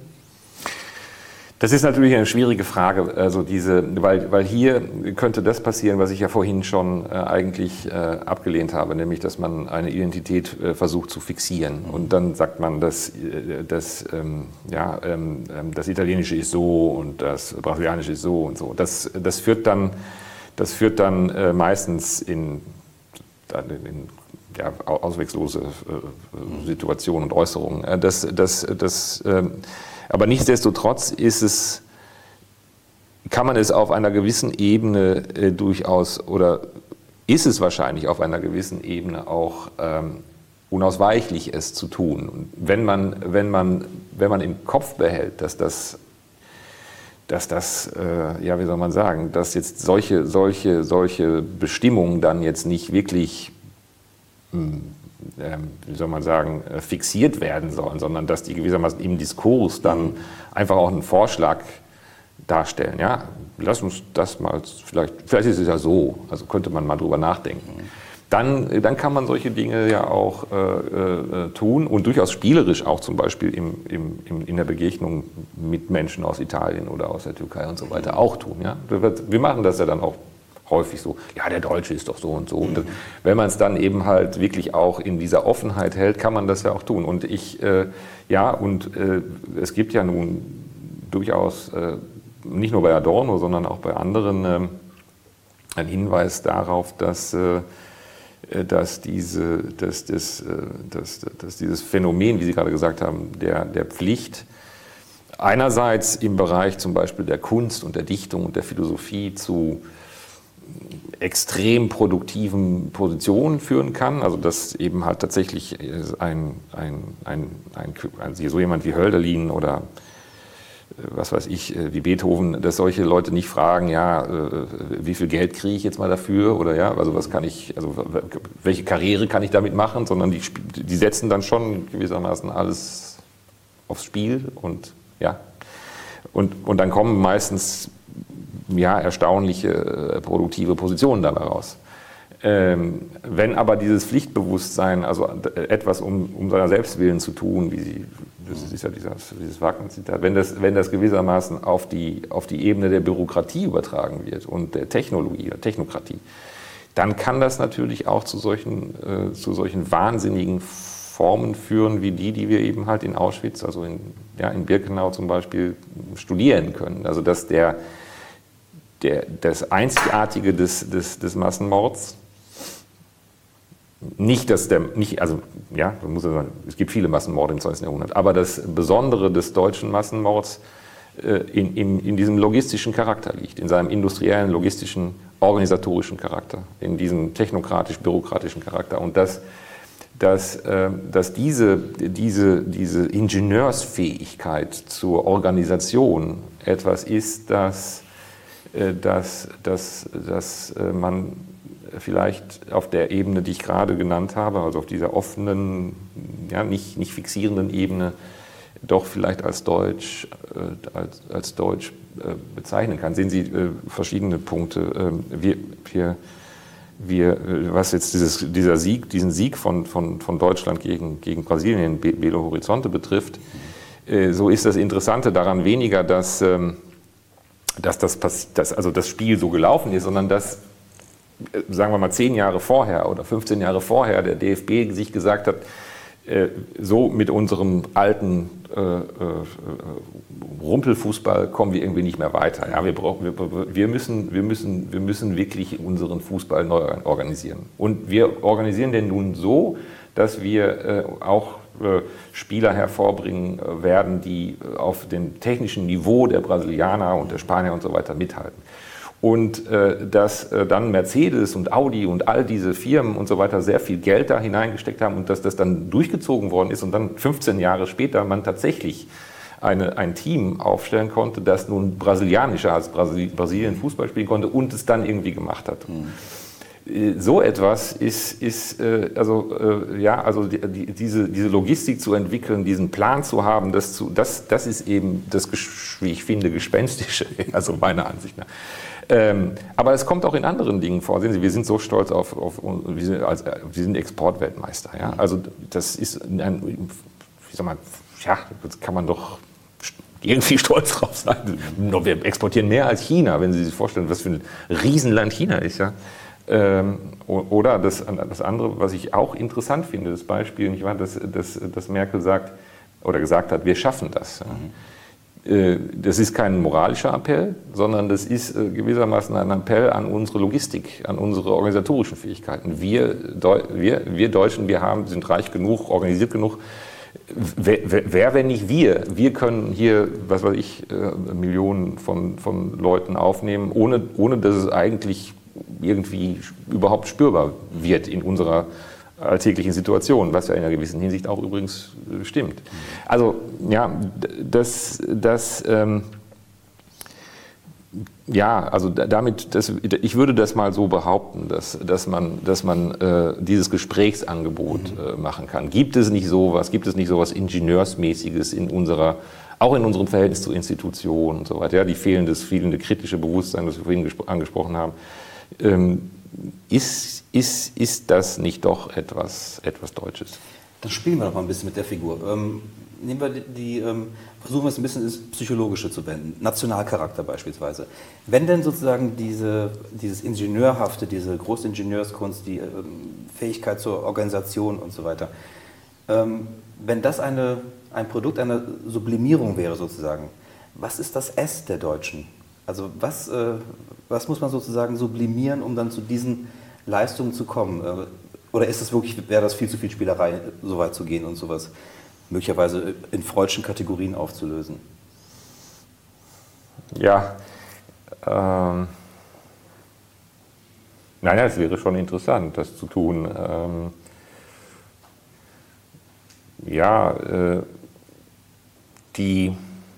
Das ist natürlich eine schwierige Frage, also diese, weil, weil hier könnte das passieren, was ich ja vorhin schon äh, eigentlich äh, abgelehnt habe, nämlich, dass man eine Identität äh, versucht zu fixieren. Und dann sagt man, dass, äh, dass ähm, ja, ähm, das Italienische ist so und das Brasilianische ist so und so. Das, das führt dann, das führt dann äh, meistens in, in ja, auswegslose äh, Situationen und Äußerungen. Das, das, das, äh, aber nichtsdestotrotz ist es, kann man es auf einer gewissen Ebene äh, durchaus, oder ist es wahrscheinlich auf einer gewissen Ebene auch ähm, unausweichlich, es zu tun. Und wenn man, wenn man, wenn man im Kopf behält, dass das, dass das, äh, ja, wie soll man sagen, dass jetzt solche, solche, solche Bestimmungen dann jetzt nicht wirklich, mh, wie soll man sagen, fixiert werden sollen, sondern dass die gewissermaßen im Diskurs dann einfach auch einen Vorschlag darstellen. Ja, lass uns das mal, vielleicht, vielleicht ist es ja so, also könnte man mal drüber nachdenken. Dann, dann kann man solche Dinge ja auch äh, äh, tun und durchaus spielerisch auch zum Beispiel im, im, im, in der Begegnung mit Menschen aus Italien oder aus der Türkei und so weiter auch tun. Ja? Wir machen das ja dann auch häufig so, ja, der Deutsche ist doch so und so. Und wenn man es dann eben halt wirklich auch in dieser Offenheit hält, kann man das ja auch tun. Und ich, äh, ja, und äh, es gibt ja nun durchaus, äh, nicht nur bei Adorno, sondern auch bei anderen, äh, einen Hinweis darauf, dass, äh, dass, diese, dass, dass, dass, dass dieses Phänomen, wie Sie gerade gesagt haben, der, der Pflicht, einerseits im Bereich zum Beispiel der Kunst und der Dichtung und der Philosophie zu extrem produktiven Positionen führen kann, also dass eben halt tatsächlich ein, ein, ein, ein, ein so jemand wie Hölderlin oder was weiß ich, wie Beethoven, dass solche Leute nicht fragen, ja, wie viel Geld kriege ich jetzt mal dafür oder ja, also was kann ich, also welche Karriere kann ich damit machen, sondern die, die setzen dann schon gewissermaßen alles aufs Spiel und ja, und, und dann kommen meistens ja, erstaunliche äh, produktive Positionen dabei raus. Ähm, wenn aber dieses Pflichtbewusstsein, also etwas um, um seiner selbst willen zu tun, wie Sie, das ist ja dieses, dieses Wagner-Zitat, wenn das, wenn das gewissermaßen auf die, auf die Ebene der Bürokratie übertragen wird und der Technologie, der Technokratie, dann kann das natürlich auch zu solchen, äh, zu solchen wahnsinnigen Formen führen, wie die, die wir eben halt in Auschwitz, also in, ja, in Birkenau zum Beispiel, studieren können. Also dass der Der, das Einzigartige des, des, des Massenmords, nicht, dass der, nicht, also, ja, man muss ja sagen, es gibt viele Massenmorde im zwanzigsten Jahrhundert, aber das Besondere des deutschen Massenmords äh, in, in, in diesem logistischen Charakter liegt, in seinem industriellen, logistischen, organisatorischen Charakter, in diesem technokratisch-bürokratischen Charakter. Und dass, dass, äh, dass diese, diese, diese Ingenieursfähigkeit zur Organisation etwas ist, das Dass, dass, dass man vielleicht auf der Ebene, die ich gerade genannt habe, also auf dieser offenen, ja, nicht, nicht fixierenden Ebene, doch vielleicht als Deutsch, äh, als, als Deutsch äh, bezeichnen kann. Sehen Sie äh, verschiedene Punkte. Ähm, wir, wir, wir, was jetzt dieses, dieser Sieg, diesen Sieg von, von, von Deutschland gegen, gegen Brasilien, Be Belo Horizonte betrifft, äh, so ist das Interessante daran weniger, dass, ähm, dass, das, dass also das Spiel so gelaufen ist, sondern dass, sagen wir mal, zehn Jahre vorher oder fünfzehn Jahre vorher der D F B sich gesagt hat, äh, so mit unserem alten äh, äh, Rumpelfußball kommen wir irgendwie nicht mehr weiter. Ja, wir, brauchen, wir, wir, müssen, wir, müssen, wir müssen wirklich unseren Fußball neu organisieren. Und wir organisieren den nun so, dass wir äh, auch äh, Spieler hervorbringen äh, werden, die äh, auf dem technischen Niveau der Brasilianer und der Spanier und so weiter mithalten. Und äh, dass äh, dann Mercedes und Audi und all diese Firmen und so weiter sehr viel Geld da hineingesteckt haben und dass das dann durchgezogen worden ist und dann fünfzehn Jahre später man tatsächlich eine, ein Team aufstellen konnte, das nun brasilianischer als Brasil Brasilien Fußball spielen konnte und es dann irgendwie gemacht hat. Mhm. So etwas ist, ist äh, also, äh, ja, also die, die, diese, diese Logistik zu entwickeln, diesen Plan zu haben, das, zu, das, das ist eben das, wie ich finde, Gespenstische, also meiner Ansicht nach. Ähm, aber es kommt auch in anderen Dingen vor. Sehen Sie, wir sind so stolz auf, auf wir, sind, als, wir sind Exportweltmeister. Ja? Also das ist ein, wie soll man, ja, das kann man doch irgendwie stolz drauf sein. Wir exportieren mehr als China, wenn Sie sich vorstellen, was für ein Riesenland China ist. Ja? Ähm, oder das, das andere, was ich auch interessant finde, das Beispiel, nicht wahr, dass, dass, dass Merkel sagt oder gesagt hat, wir schaffen das. Ja? Mhm. Das ist kein moralischer Appell, sondern das ist gewissermaßen ein Appell an unsere Logistik, an unsere organisatorischen Fähigkeiten. Wir, wir, wir Deutschen, wir haben, sind reich genug, organisiert genug. Wer, wer, wenn nicht wir? Wir können hier, was weiß ich, Millionen von, von Leuten aufnehmen, ohne, ohne dass es eigentlich irgendwie überhaupt spürbar wird in unserer alltäglichen Situation, was ja in einer gewissen Hinsicht auch übrigens stimmt. Also ja, das, das ähm, ja, also damit, das, ich würde das mal so behaupten, dass, dass man, dass man äh, dieses Gesprächsangebot äh, machen kann. Gibt es nicht sowas, gibt es nicht sowas Ingenieursmäßiges in unserer, auch in unserem Verhältnis zu Institutionen und so weiter, ja, die fehlendes, fehlende kritische Bewusstsein, das wir vorhin angesprochen haben, ähm, ist, ist, ist das nicht doch etwas, etwas Deutsches? Dann spielen wir doch mal ein bisschen mit der Figur. Ähm, nehmen wir die, die ähm, versuchen wir es ein bisschen ins Psychologische zu wenden, Nationalcharakter beispielsweise. Wenn denn sozusagen diese, dieses Ingenieurhafte, diese Großingenieurskunst, die ähm, Fähigkeit zur Organisation und so weiter, ähm, wenn das eine, ein Produkt einer Sublimierung wäre sozusagen, was ist das S der Deutschen? Also was, äh, was muss man sozusagen sublimieren, um dann zu diesen Leistungen zu kommen? Äh, oder ist es wirklich, wäre das viel zu viel Spielerei, so weit zu gehen und sowas möglicherweise in freudschen Kategorien aufzulösen? Ja, ähm, naja, es wäre schon interessant, das zu tun. Ähm, ja, äh, die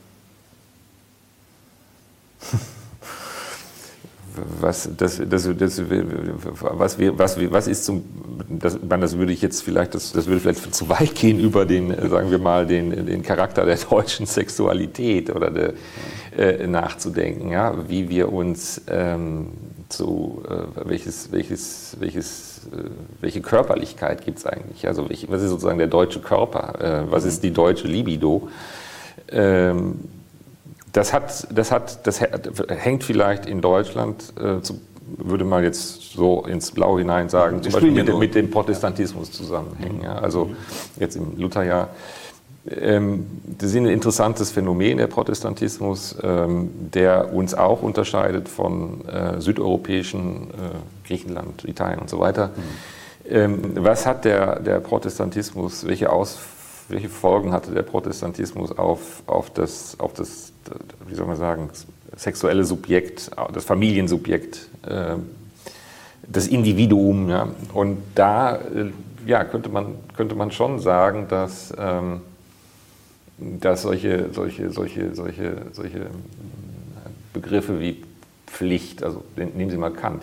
Was, das, das, das, was, wir, was, wir, was ist zum, das, das würde ich jetzt vielleicht, das, das würde vielleicht zu weit gehen über den, sagen wir mal, den, den Charakter der deutschen Sexualität oder der, äh, nachzudenken, ja, wie wir uns ähm, zu, äh, welches, welches, welches, äh, welche Körperlichkeit gibt es eigentlich, also welche, was ist sozusagen der deutsche Körper, äh, was ist die deutsche Libido, ähm, Das, hat, das, hat, das hängt vielleicht in Deutschland, äh, zu, würde man jetzt so ins Blaue hinein sagen, zum Beispiel mit, mit dem Protestantismus zusammenhängen. Ja? Also jetzt im Lutherjahr. Ähm, das ist ein interessantes Phänomen, der Protestantismus, ähm, der uns auch unterscheidet von äh, südeuropäischen, äh, Griechenland, Italien und so weiter. Mhm. Ähm, was hat der, der Protestantismus, welche Auswirkungen, welche Folgen hatte der Protestantismus auf, auf, das, auf das, wie soll man sagen, das sexuelle Subjekt, das Familiensubjekt, äh, das Individuum? Ja? Und da äh, ja, könnte, man, könnte man schon sagen, dass, ähm, dass solche, solche, solche, solche, solche Begriffe wie Pflicht, also nehmen Sie mal Kant, ja,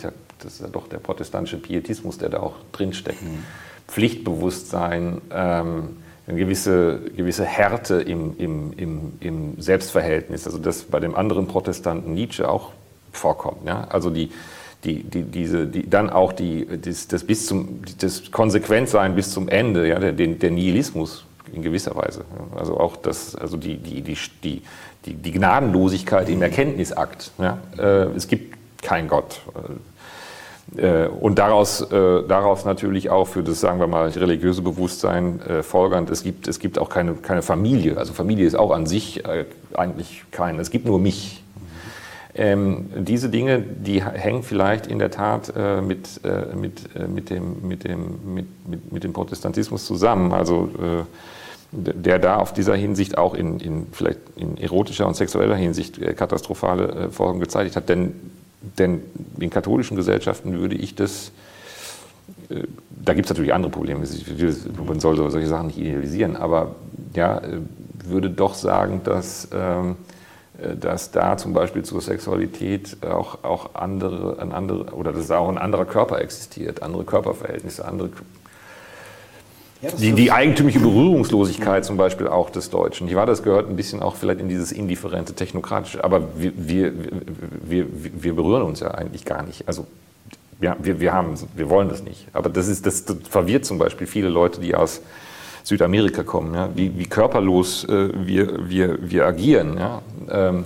Das ist ja doch der protestantische Pietismus, der da auch drinsteckt. Mhm. Pflichtbewusstsein, ähm, eine gewisse, gewisse Härte im, im, im, im Selbstverhältnis, also das bei dem anderen Protestanten Nietzsche auch vorkommt. Ja? Also die, die, die, diese, die, dann auch die, das, das, bis zum, das Konsequentsein bis zum Ende, ja? der, der Nihilismus in gewisser Weise. Ja? Also auch das, also die, die, die, die, die, die Gnadenlosigkeit im Erkenntnisakt. Ja? Äh, es gibt keinen Gott. Und daraus, äh, daraus natürlich auch für das, sagen wir mal, religiöse Bewusstsein äh, folgernd, es gibt, es gibt auch keine, keine Familie. Also Familie ist auch an sich äh, eigentlich kein, es gibt nur mich. Ähm, diese Dinge, die hängen vielleicht in der Tat äh, mit, äh, mit, äh, mit, dem, mit, dem, mit, mit, mit dem Protestantismus zusammen. Also äh, der da auf dieser Hinsicht auch in, in, vielleicht in erotischer und sexueller Hinsicht äh, katastrophale äh, Folgen gezeigt hat. Denn Denn in katholischen Gesellschaften würde ich das, äh, da gibt es natürlich andere Probleme, man soll solche Sachen nicht idealisieren, aber ja, äh, würde doch sagen, dass, ähm, äh, dass da zum Beispiel zur Sexualität auch, auch andere, ein andere, oder dass da auch ein anderer Körper existiert, andere Körperverhältnisse, andere Ja, die, die eigentümliche Berührungslosigkeit zum Beispiel auch des Deutschen. Ich war, das gehört ein bisschen auch vielleicht in dieses indifferente, technokratische, aber wir, wir, wir, wir berühren uns ja eigentlich gar nicht. Also ja, wir, wir, haben, wir wollen das nicht. Aber das, ist, das, das verwirrt zum Beispiel viele Leute, die aus Südamerika kommen, ja? wie, wie körperlos äh, wir, wir, wir agieren. Ja? Ähm,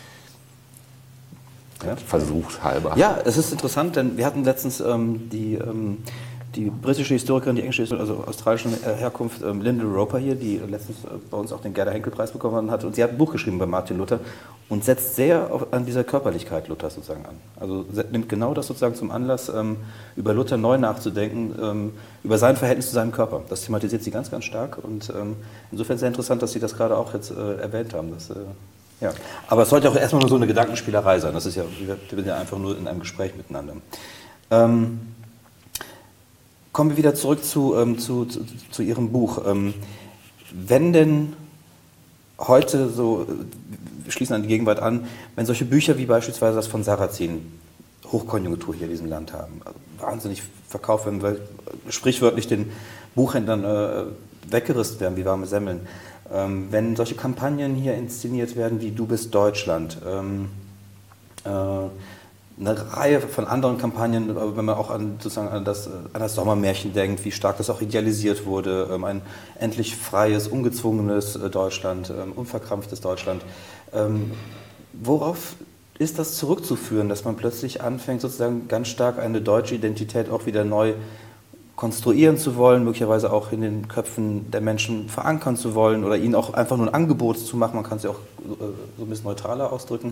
ja. Versuchshalber. Ja, es ist interessant, denn wir hatten letztens ähm, die... Ähm, Die britische Historikerin, die englische, also australische Herkunft, ähm, Linda Roper hier, die letztens äh, bei uns auch den Gerda-Henkel-Preis bekommen hat, und sie hat ein Buch geschrieben bei Martin Luther und setzt sehr auf, an dieser Körperlichkeit Luthers sozusagen an. Also nimmt genau das sozusagen zum Anlass, ähm, über Luther neu nachzudenken, ähm, über sein Verhältnis zu seinem Körper. Das thematisiert sie ganz, ganz stark, und ähm, insofern sehr interessant, dass Sie das gerade auch jetzt äh, erwähnt haben. Dass, äh, ja. Aber es sollte auch erstmal nur so eine Gedankenspielerei sein. Das ist ja, wir sind ja einfach nur in einem Gespräch miteinander. Ähm, Kommen wir wieder zurück zu, ähm, zu, zu, zu Ihrem Buch. Ähm, wenn denn heute so, wir schließen an die Gegenwart an, wenn solche Bücher wie beispielsweise das von Sarrazin Hochkonjunktur hier in diesem Land haben, also wahnsinnig verkauft werden, weil sprichwörtlich den Buchhändlern äh, weggerissen werden wie warme Semmeln, ähm, wenn solche Kampagnen hier inszeniert werden wie Du bist Deutschland, ähm, äh, eine Reihe von anderen Kampagnen, wenn man auch an, sozusagen an, das, an das Sommermärchen denkt, wie stark das auch idealisiert wurde, ein endlich freies, ungezwungenes Deutschland, unverkrampftes Deutschland. Worauf ist das zurückzuführen, dass man plötzlich anfängt, sozusagen ganz stark eine deutsche Identität auch wieder neu konstruieren zu wollen, möglicherweise auch in den Köpfen der Menschen verankern zu wollen oder ihnen auch einfach nur ein Angebot zu machen, man kann es ja auch so ein bisschen neutraler ausdrücken.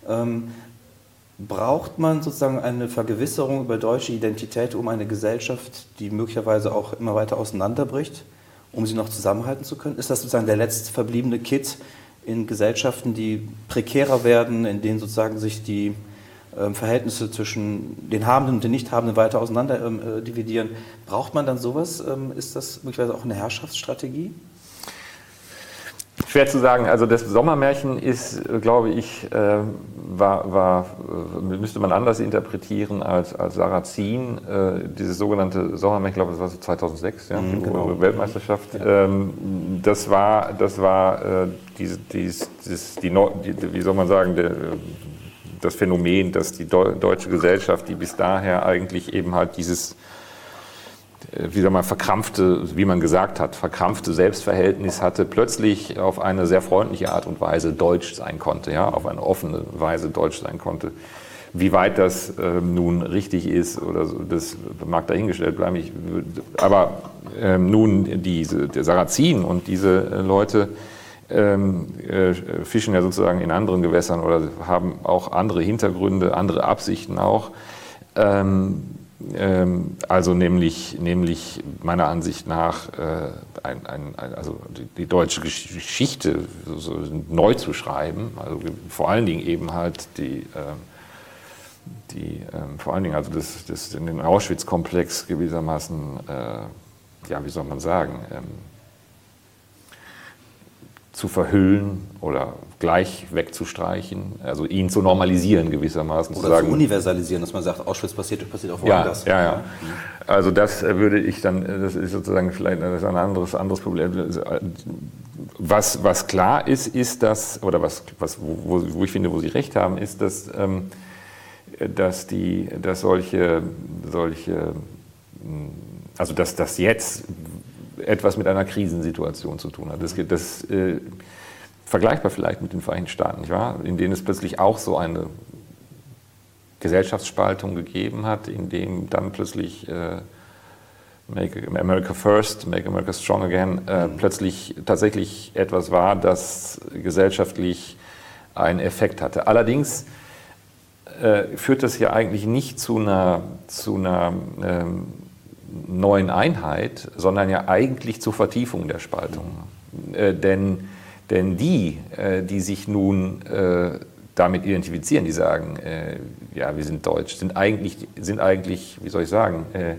Braucht man sozusagen eine Vergewisserung über deutsche Identität, um eine Gesellschaft, die möglicherweise auch immer weiter auseinanderbricht, um sie noch zusammenhalten zu können? Ist das sozusagen der letzte verbliebene Kitt in Gesellschaften, die prekärer werden, in denen sozusagen sich die äh, Verhältnisse zwischen den Habenden und den Nichthabenden weiter auseinander äh, dividieren? Braucht man dann sowas? Ähm, ist das möglicherweise auch eine Herrschaftsstrategie? Schwer zu sagen. Also das Sommermärchen ist, glaube ich, äh, war, war, müsste man anders interpretieren als, als Sarrazin. Äh, dieses sogenannte Sommermärchen, ich glaube, das war so zweitausendsechs, ja, mhm, genau. Weltmeisterschaft. Ja. Ähm, das war, das war äh, diese, dieses, dieses, die, die, wie soll man sagen, der, das Phänomen, dass die deutsche Gesellschaft, die bis daher eigentlich eben halt dieses wie soll man, verkrampfte, wie man gesagt hat, verkrampfte Selbstverhältnis hatte, plötzlich auf eine sehr freundliche Art und Weise deutsch sein konnte, ja, auf eine offene Weise deutsch sein konnte. Wie weit das äh, nun richtig ist, oder so, das mag dahingestellt bleiben. Ich, aber äh, nun diese, der Sarrazin und diese äh, Leute ähm, äh, fischen ja sozusagen in anderen Gewässern oder haben auch andere Hintergründe, andere Absichten auch. Ähm, Also nämlich, nämlich meiner Ansicht nach äh, ein, ein, ein, also die, die deutsche Geschichte so neu zu schreiben, also vor allen Dingen eben halt die, äh, die äh, vor allen Dingen also das, das in den Auschwitz-Komplex gewissermaßen, äh, ja wie soll man sagen, ähm, zu verhüllen oder gleich wegzustreichen, also ihn zu normalisieren gewissermaßen. Oder zu, sagen, zu universalisieren, dass man sagt, Auschwitz passiert, passiert auch ja, woanders. ja, ja. Also das würde ich dann, das ist sozusagen vielleicht das ist ein anderes, anderes Problem. Was, was klar ist, ist dass, oder was, was, wo, wo ich finde, wo Sie recht haben, ist, dass, ähm, dass, die, dass solche, solche, also dass das jetzt etwas mit einer Krisensituation zu tun hat. Das, das äh, vergleichbar vielleicht mit den Vereinigten Staaten, nicht wahr? In denen es plötzlich auch so eine Gesellschaftsspaltung gegeben hat, in dem dann plötzlich äh, Make America First, Make America Strong Again äh, mhm. plötzlich tatsächlich etwas war, das gesellschaftlich einen Effekt hatte. Allerdings äh, führt das ja eigentlich nicht zu einer, zu einer ähm, neuen Einheit, sondern ja eigentlich zur Vertiefung der Spaltung. Mhm. Äh, denn, denn die, äh, die sich nun äh, damit identifizieren, die sagen, äh, ja, wir sind deutsch, sind eigentlich, sind eigentlich, wie soll ich sagen, äh,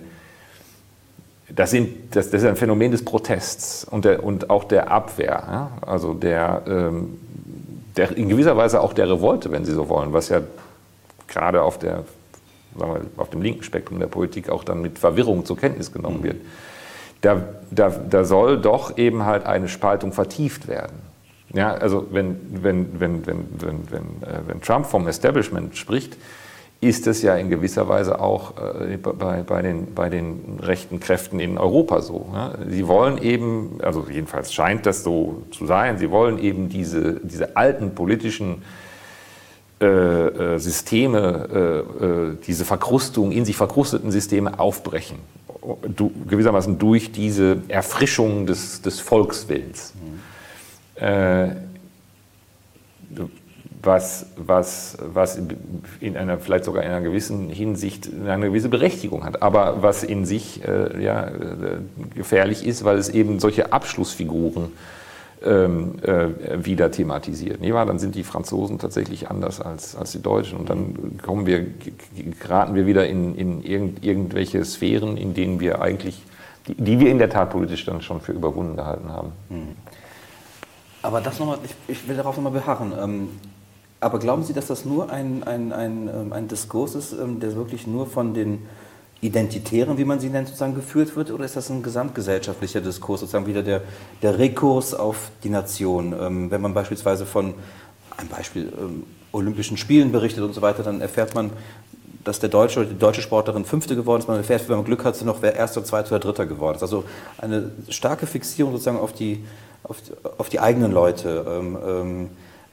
das, sind, das, das ist ein Phänomen des Protests und, der, und auch der Abwehr, ja? Also der, ähm, der, in gewisser Weise auch der Revolte, wenn Sie so wollen, was ja gerade auf, der, sagen wir, auf dem linken Spektrum der Politik auch dann mit Verwirrung zur Kenntnis genommen mhm. wird. Da, da, da soll doch eben halt eine Spaltung vertieft werden. Ja, also wenn, wenn, wenn, wenn, wenn, wenn, äh, wenn Trump vom Establishment spricht, ist es ja in gewisser Weise auch äh, bei, bei, den, bei den rechten Kräften in Europa so. Ja? Sie wollen eben, also jedenfalls scheint das so zu sein, sie wollen eben diese, diese alten politischen äh, äh, Systeme, äh, äh, diese Verkrustung, in sich verkrusteten Systeme aufbrechen. Du, gewissermaßen durch diese Erfrischung des, des Volkswillens. Mhm. Äh, Was, was, was in einer, vielleicht sogar in einer gewissen Hinsicht eine gewisse Berechtigung hat, aber was in sich äh, ja, äh, gefährlich ist, weil es eben solche Abschlussfiguren ähm, äh, wieder thematisiert. Nee, dann sind die Franzosen tatsächlich anders als, als die Deutschen und dann kommen wir, geraten wir wieder in, in irgend, irgendwelche Sphären, in denen wir eigentlich, die, die wir in der Tat politisch dann schon für überwunden gehalten haben. Aber das nochmal, ich, ich will darauf nochmal beharren. Ähm Aber glauben Sie, dass das nur ein, ein, ein, ein Diskurs ist, der wirklich nur von den Identitären, wie man sie nennt, sozusagen geführt wird? Oder ist das ein gesamtgesellschaftlicher Diskurs, sozusagen wieder der, der Rekurs auf die Nation? Wenn man beispielsweise von, ein Beispiel, Olympischen Spielen berichtet und so weiter, dann erfährt man, dass der Deutsche oder die deutsche Sportlerin Fünfte geworden ist. Man erfährt, wenn man Glück hat, noch wer Erster, Zweiter oder Dritter geworden ist. Also eine starke Fixierung sozusagen auf die, auf, auf die eigenen Leute. Ähm, ähm,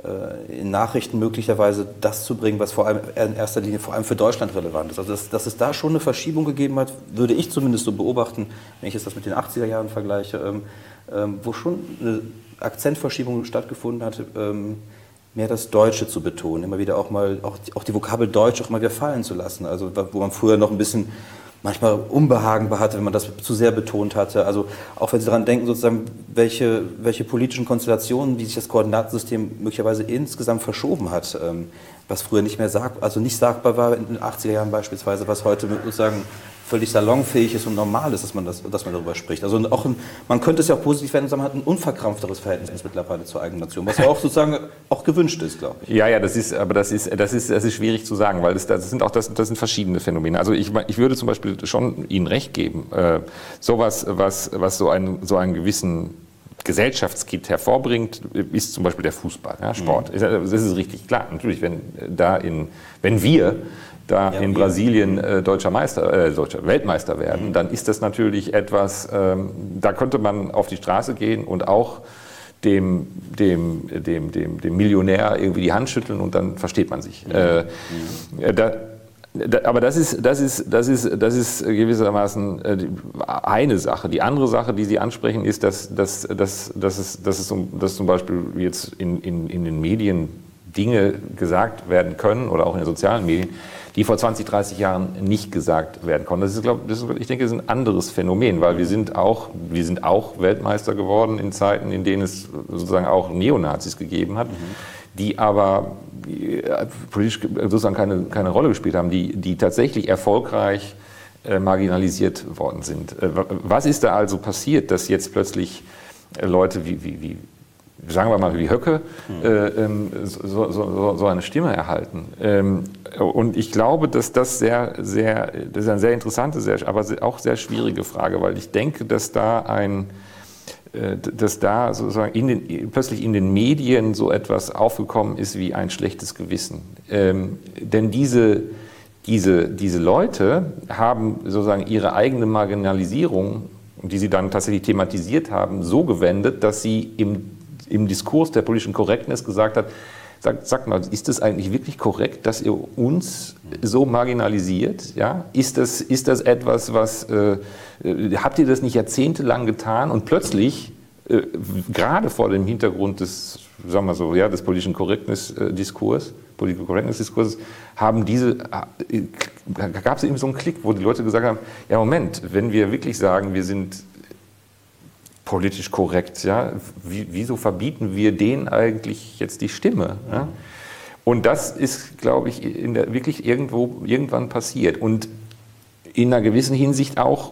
in Nachrichten möglicherweise das zu bringen, was vor allem in erster Linie vor allem für Deutschland relevant ist. Also dass, dass es da schon eine Verschiebung gegeben hat, würde ich zumindest so beobachten, wenn ich jetzt das mit den achtziger Jahren vergleiche, ähm, ähm, wo schon eine Akzentverschiebung stattgefunden hat, ähm, mehr das Deutsche zu betonen, immer wieder auch mal auch die, auch die Vokabel Deutsch auch mal wieder fallen zu lassen. Also wo man früher noch ein bisschen manchmal Unbehagen hatte, wenn man das zu sehr betont hatte. Also auch wenn Sie daran denken, sozusagen, welche, welche politischen Konstellationen, wie sich das Koordinatensystem möglicherweise insgesamt verschoben hat, ähm, was früher nicht mehr sag, also nicht sagbar war in den achtziger Jahren beispielsweise, was heute sozusagen völlig salonfähig ist und normal ist, dass man, das, dass man darüber spricht. Also auch ein, man könnte es ja auch positiv werden, man hat ein unverkrampfteres Verhältnis mittlerweile zur eigenen Nation, was ja auch sozusagen auch gewünscht ist, glaube ich. Ja, ja, das ist, aber das ist, das ist, das ist schwierig zu sagen, weil das, das sind auch das, das sind verschiedene Phänomene. Also ich, ich würde zum Beispiel schon Ihnen recht geben, äh, sowas, was, was so einen, so einen gewissen Gesellschaftskit hervorbringt, ist zum Beispiel der Fußball, ja, Sport. Mhm. Das ist richtig klar. Natürlich, wenn da in, wenn wir da ja, in Brasilien äh, deutscher Meister, äh, deutscher Weltmeister werden, mhm. dann ist das natürlich etwas, ähm, da könnte man auf die Straße gehen und auch dem, dem, dem, dem, dem Millionär irgendwie die Hand schütteln und dann versteht man sich. Mhm. Äh, mhm. da, da, aber das ist, das, ist, das, ist, das ist gewissermaßen äh, eine Sache. Die andere Sache, die Sie ansprechen, ist, dass, dass, dass, dass, es, dass, es, dass zum Beispiel jetzt in, in, in den Medien Dinge gesagt werden können oder auch in den sozialen Medien, die vor zwanzig, dreißig Jahren nicht gesagt werden konnten. Das ist, glaub, das ist, ich denke, das ist ein anderes Phänomen, weil wir sind, auch, wir sind auch Weltmeister geworden in Zeiten, in denen es sozusagen auch Neonazis gegeben hat, mhm. die aber politisch sozusagen keine, keine Rolle gespielt haben, die, die tatsächlich erfolgreich äh, marginalisiert worden sind. Äh, was ist da also passiert, dass jetzt plötzlich Leute wie, wie, wie sagen wir mal wie Höcke, mhm. äh, so, so, so eine Stimme erhalten. Ähm, und ich glaube, dass das sehr, sehr, das ist eine sehr interessante, sehr, aber auch sehr schwierige Frage, weil ich denke, dass da ein, äh, dass da sozusagen in den, plötzlich in den Medien so etwas aufgekommen ist wie ein schlechtes Gewissen. Ähm, denn diese, diese, diese Leute haben sozusagen ihre eigene Marginalisierung, die sie dann tatsächlich thematisiert haben, so gewendet, dass sie im, im Diskurs der politischen Korrektness gesagt hat, sagt, sagt mal, ist das eigentlich wirklich korrekt, dass ihr uns so marginalisiert? Ja? Ist das, ist das etwas, was, äh, habt ihr das nicht jahrzehntelang getan und plötzlich, äh, gerade vor dem Hintergrund des, sagen wir so, ja, des politischen Korrektness-Diskurs, Political Correctness-Diskurses, haben diese, äh, gab es eben so einen Klick, wo die Leute gesagt haben, ja Moment, wenn wir wirklich sagen, wir sind politisch korrekt, ja, wie, wieso verbieten wir denen eigentlich jetzt die Stimme? Ja? Und das ist, glaube ich, in der, wirklich irgendwo, irgendwann passiert und in einer gewissen Hinsicht auch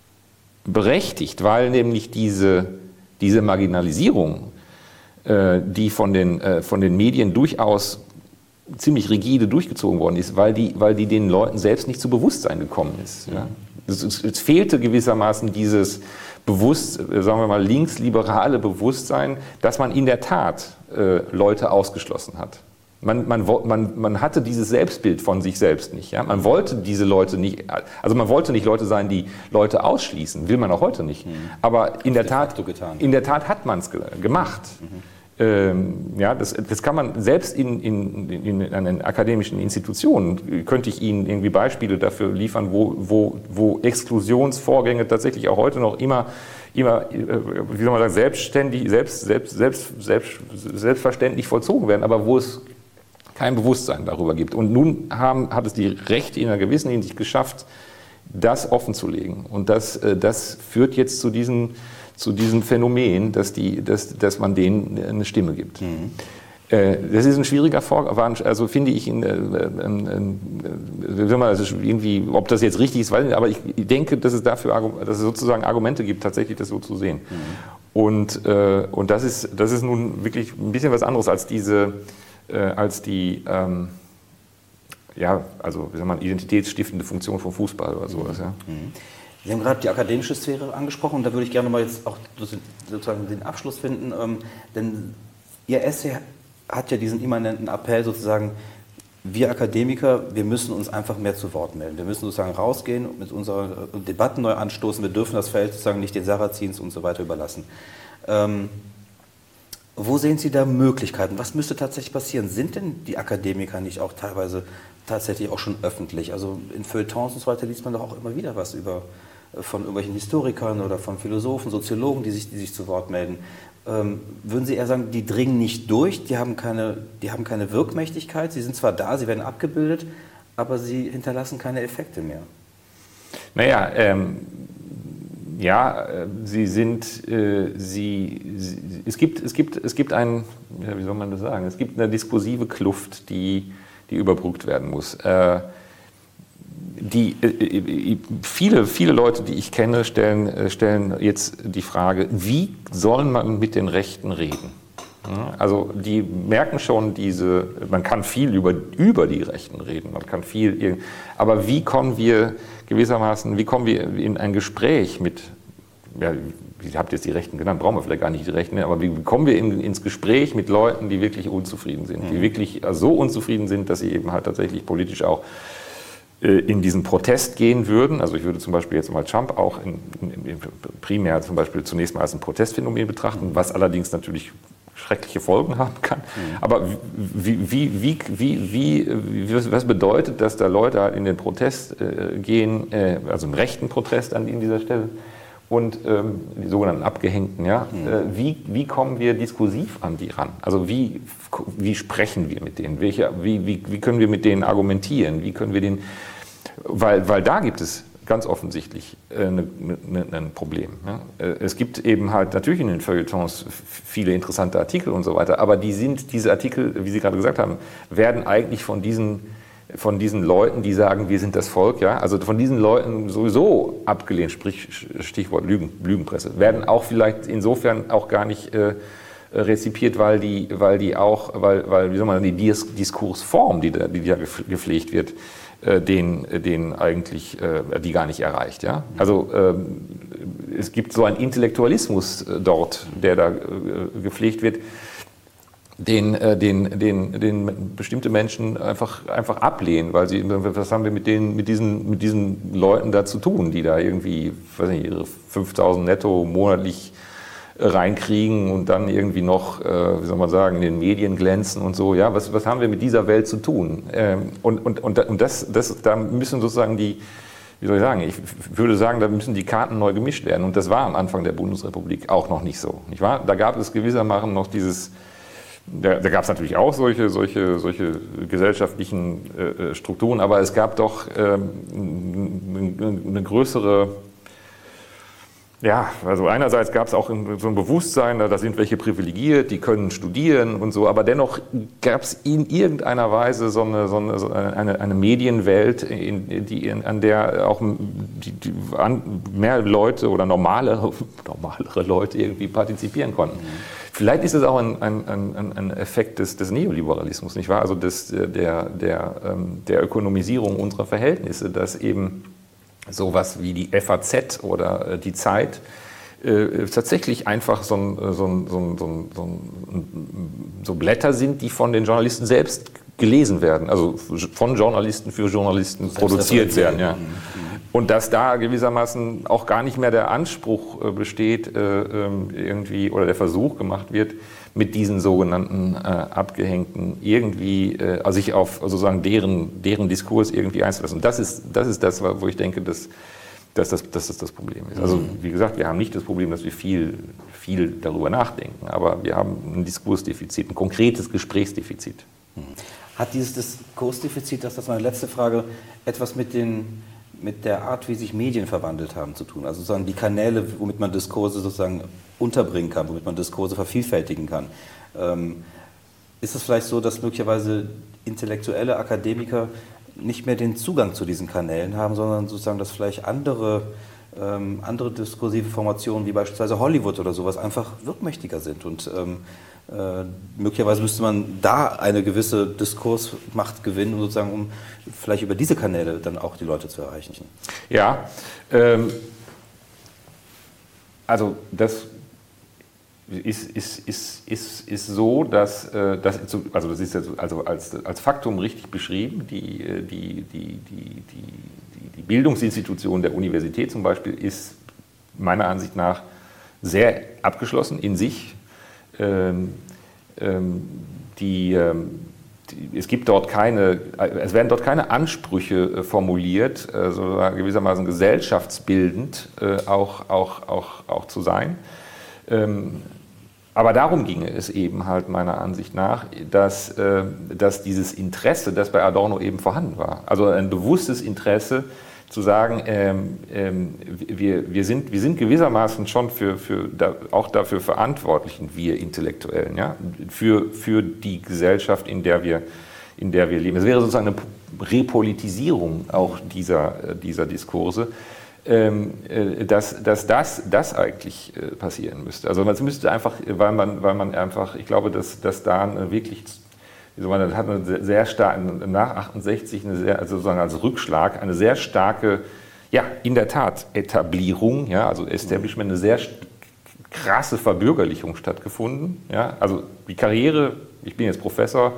berechtigt, weil nämlich diese, diese Marginalisierung, äh, die von den, äh, von den Medien durchaus ziemlich rigide durchgezogen worden ist, weil die, weil die den Leuten selbst nicht zu Bewusstsein gekommen ist. Ja? Es, es, es fehlte gewissermaßen dieses Bewusst, sagen wir mal, linksliberale Bewusstsein, dass man in der Tat äh, Leute ausgeschlossen hat. Man, man, man, man hatte dieses Selbstbild von sich selbst nicht. Ja? Man wollte diese Leute nicht, also man wollte nicht Leute sein, die Leute ausschließen, will man auch heute nicht. Mhm. Aber in der, Tat, in der Tat hat man es ge gemacht. Mhm. Ähm, ja, das, das kann man selbst in, in, in, in einen akademischen Institutionen, könnte ich Ihnen irgendwie Beispiele dafür liefern, wo, wo, wo Exklusionsvorgänge tatsächlich auch heute noch immer, immer wie soll man sagen, selbstständig, selbst, selbst, selbst, selbst, selbstverständlich vollzogen werden, aber wo es kein Bewusstsein darüber gibt. Und nun haben, hat es die Rechte in einer gewissen Hinsicht geschafft, das offenzulegen. Und das, das führt jetzt zu diesen zu diesem Phänomen, dass, die, dass, dass man denen eine Stimme gibt. Mhm. Äh, das ist ein schwieriger Vorgang, also finde ich, in, äh, äh, äh, also irgendwie, ob das jetzt richtig ist, weiß nicht, aber ich denke, dass es dafür dass es sozusagen Argumente gibt, tatsächlich das so zu sehen. Mhm. Und, äh, und das ist, das ist nun wirklich ein bisschen was anderes als diese, äh, als die, ähm, ja, also wie soll man, identitätsstiftende Funktion vom Fußball oder sowas. Ja. Mhm. Sie haben gerade die akademische Sphäre angesprochen und da würde ich gerne mal jetzt auch sozusagen den Abschluss finden, ähm, denn Ihr Essay hat ja diesen immanenten Appell sozusagen, wir Akademiker, wir müssen uns einfach mehr zu Wort melden. Wir müssen sozusagen rausgehen und mit unseren Debatten neu anstoßen, wir dürfen das Feld sozusagen nicht den Sarazins und so weiter überlassen. Ähm, wo sehen Sie da Möglichkeiten? Was müsste tatsächlich passieren? Sind denn die Akademiker nicht auch teilweise tatsächlich auch schon öffentlich? Also in Feuilletons und so weiter liest man doch auch immer wieder was über von irgendwelchen Historikern oder von Philosophen, Soziologen, die sich, die sich zu Wort melden. Ähm, würden Sie eher sagen, die dringen nicht durch, die haben, keine, die haben keine Wirkmächtigkeit, sie sind zwar da, sie werden abgebildet, aber sie hinterlassen keine Effekte mehr? Naja, ähm, ja, sie sind, äh, sie, sie, es gibt, es gibt, es gibt ein, ja, wie soll man das sagen, es gibt eine diskursive Kluft, die, die überbrückt werden muss. Äh, Die, äh, viele, viele Leute, die ich kenne, stellen, äh, stellen jetzt die Frage, wie soll man mit den Rechten reden? Ja, also die merken schon diese, man kann viel über, über die Rechten reden, man kann viel, aber wie kommen wir gewissermaßen, wie kommen wir in ein Gespräch mit, ja, ihr habt jetzt die Rechten genannt, brauchen wir vielleicht gar nicht die Rechten mehr, aber wie kommen wir in, ins Gespräch mit Leuten, die wirklich unzufrieden sind, die wirklich so unzufrieden sind, dass sie eben halt tatsächlich politisch auch in diesen Protest gehen würden. Also ich würde zum Beispiel jetzt mal Trump auch in, in, in primär zum Beispiel zunächst mal als ein Protestphänomen betrachten, was allerdings natürlich schreckliche Folgen haben kann. Mhm. Aber wie, wie, wie, wie, wie, wie, was bedeutet, dass da Leute halt in den Protest äh, gehen, äh, also einen rechten Protest an in dieser Stelle und ähm, die sogenannten Abgehängten, ja? Mhm. Äh, wie, wie kommen wir diskursiv an die ran? Also wie, wie sprechen wir mit denen? Welche, wie, wie, wie können wir mit denen argumentieren? Wie können wir den, weil, weil da gibt es ganz offensichtlich äh, ne, ne, ein Problem. Ja? Es gibt eben halt natürlich in den Feuilletons viele interessante Artikel und so weiter, aber die sind, diese Artikel, wie Sie gerade gesagt haben, werden eigentlich von diesen, von diesen Leuten, die sagen, wir sind das Volk, ja, also von diesen Leuten sowieso abgelehnt, sprich Stichwort Lügen, Lügenpresse, werden auch vielleicht insofern auch gar nicht äh, rezipiert, weil die, weil die auch, weil, weil wie soll man, die Dis- Diskursform, die da, die da gepflegt wird, äh, den, den eigentlich, äh, die gar nicht erreicht. Ja? Also ähm, es gibt so einen Intellektualismus äh, dort, der da äh, gepflegt wird, den, äh, den, den, den bestimmte Menschen einfach, einfach ablehnen, weil sie, was haben wir mit, denen, mit, diesen, mit diesen Leuten da zu tun, die da irgendwie, weiß nicht, ihre fünftausend netto monatlich reinkriegen und dann irgendwie noch, äh, wie soll man sagen, in den Medien glänzen und so. Ja, was, was haben wir mit dieser Welt zu tun? Ähm, und und, und, und das, das, da müssen sozusagen die, wie soll ich sagen, ich würde sagen, da müssen die Karten neu gemischt werden. Und das war am Anfang der Bundesrepublik auch noch nicht so, nicht wahr? Da gab es gewissermaßen noch dieses, da, da gab es natürlich auch solche, solche, solche gesellschaftlichen äh, Strukturen, aber es gab doch ähm, eine, eine größere. Ja, also einerseits gab es auch so ein Bewusstsein, da sind welche privilegiert, die können studieren und so, aber dennoch gab es in irgendeiner Weise so eine, so eine, so eine, eine Medienwelt, in, die, in, an der auch die, die mehr Leute oder normalere, normalere Leute irgendwie partizipieren konnten. Mhm. Vielleicht ist es auch ein, ein, ein, ein Effekt des, des Neoliberalismus, nicht wahr? Also des, der, der, der Ökonomisierung unserer Verhältnisse, dass eben sowas wie die F A Z oder die Zeit äh, tatsächlich einfach so, ein, so, ein, so, ein, so, ein, so Blätter sind, die von den Journalisten selbst gelesen werden, also von Journalisten für Journalisten produziert werden. Ja. Und dass da gewissermaßen auch gar nicht mehr der Anspruch äh, besteht, äh, irgendwie, oder der Versuch gemacht wird, mit diesen sogenannten äh, Abgehängten irgendwie, äh, also sich auf sozusagen deren, deren Diskurs irgendwie einzulassen. Das ist, das ist das, wo ich denke, dass, dass, das, dass das das Problem ist. Also wie gesagt, wir haben nicht das Problem, dass wir viel, viel darüber nachdenken, aber wir haben ein Diskursdefizit, ein konkretes Gesprächsdefizit. Hat dieses Diskursdefizit, das ist meine letzte Frage, etwas mit den mit der Art, wie sich Medien verwandelt haben, zu tun? Also sozusagen die Kanäle, womit man Diskurse sozusagen unterbringen kann, womit man Diskurse vervielfältigen kann. Ähm, ist es vielleicht so, dass möglicherweise intellektuelle Akademiker nicht mehr den Zugang zu diesen Kanälen haben, sondern sozusagen, dass vielleicht andere, ähm, andere diskursive Formationen, wie beispielsweise Hollywood oder sowas, einfach wirkmächtiger sind und ähm, Äh, möglicherweise müsste man da eine gewisse Diskursmacht gewinnen, um sozusagen, um vielleicht über diese Kanäle dann auch die Leute zu erreichen. Ja, ähm, also das ist, ist, ist, ist, ist so, dass, äh, das, also das ist jetzt also als, als Faktum richtig beschrieben, die, die, die, die, die, die Bildungsinstitution der Universität zum Beispiel ist meiner Ansicht nach sehr abgeschlossen in sich. Ähm, ähm, die, ähm, die, es gibt dort keine, es werden dort keine Ansprüche äh, formuliert, äh, so gewissermaßen gesellschaftsbildend äh, auch, auch, auch, auch zu sein. Ähm, aber darum ginge es eben halt meiner Ansicht nach, dass, äh, dass dieses Interesse, das bei Adorno eben vorhanden war, also ein bewusstes Interesse, zu sagen, ähm, ähm, wir, wir, sind, wir sind gewissermaßen schon für, für da, auch dafür verantwortlich, wir Intellektuellen, ja, für, für die Gesellschaft, in der wir, in der wir leben. Es wäre sozusagen eine Repolitisierung auch dieser, dieser Diskurse, ähm, äh, dass, dass das, das eigentlich äh, passieren müsste. Also es müsste einfach, weil man, weil man einfach, ich glaube, dass, dass da eine wirklich das hat eine sehr starke, nach achtundsechzig, eine sehr, also sozusagen als Rückschlag, eine sehr starke, ja, in der Tat, Etablierung, ja, also Establishment, eine sehr krasse Verbürgerlichung stattgefunden. Ja, also die Karriere, ich bin jetzt Professor,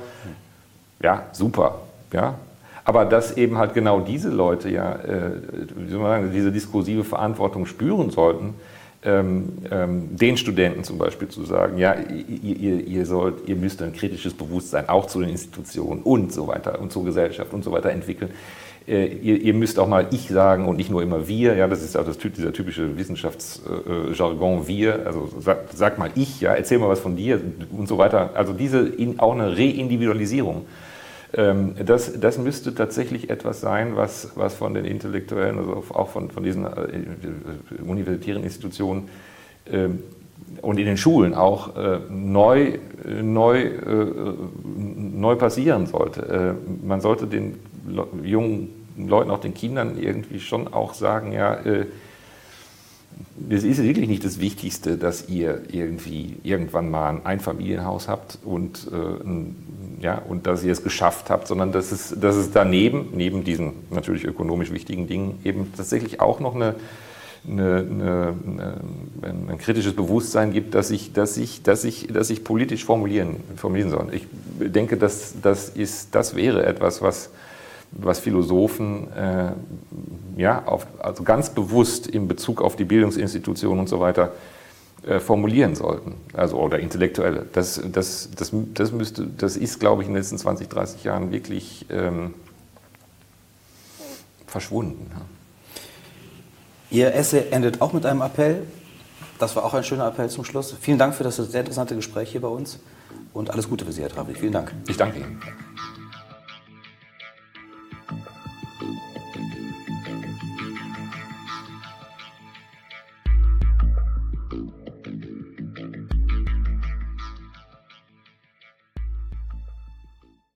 ja, super, ja. Aber dass eben halt genau diese Leute ja, äh, wie soll man sagen, diese diskursive Verantwortung spüren sollten, Ähm, ähm, den Studenten zum Beispiel zu sagen, ja, ihr, ihr, ihr, sollt, ihr müsst ein kritisches Bewusstsein auch zu den Institutionen und so weiter und zur Gesellschaft und so weiter entwickeln. Äh, ihr, ihr müsst auch mal ich sagen und nicht nur immer wir, ja, das ist auch das, dieser typische Wissenschaftsjargon, äh, wir, also sag, sag mal ich, ja, erzähl mal was von dir und so weiter. Also diese, in, auch eine Reindividualisierung. Das, das müsste tatsächlich etwas sein, was, was von den Intellektuellen, also auch von, von diesen äh, universitären Institutionen äh, und in den Schulen auch äh, neu, neu, äh, neu passieren sollte. Äh, man sollte den Le- jungen Leuten, auch den Kindern irgendwie schon auch sagen, ja, äh, es ist wirklich nicht das Wichtigste, dass ihr irgendwie irgendwann mal ein Einfamilienhaus habt und, äh, ein, ja, und dass ihr es geschafft habt, sondern dass es, dass es daneben, neben diesen natürlich ökonomisch wichtigen Dingen, eben tatsächlich auch noch eine, eine, eine, eine, ein kritisches Bewusstsein gibt, dass ich, dass ich, dass ich, dass ich politisch formulieren, formulieren soll. Ich denke, dass, das, ist, das wäre etwas, was was Philosophen äh, ja, auf, also ganz bewusst in Bezug auf die Bildungsinstitutionen und so weiter äh, formulieren sollten, also oder Intellektuelle. Das, das, das, das, müsste, das ist, glaube ich, in den letzten zwanzig, dreißig Jahren wirklich ähm, verschwunden. Ja. Ihr Essay endet auch mit einem Appell. Das war auch ein schöner Appell zum Schluss. Vielen Dank für das sehr interessante Gespräch hier bei uns und alles Gute für Sie, Herr Travnik. Vielen Dank. Ich danke Ihnen.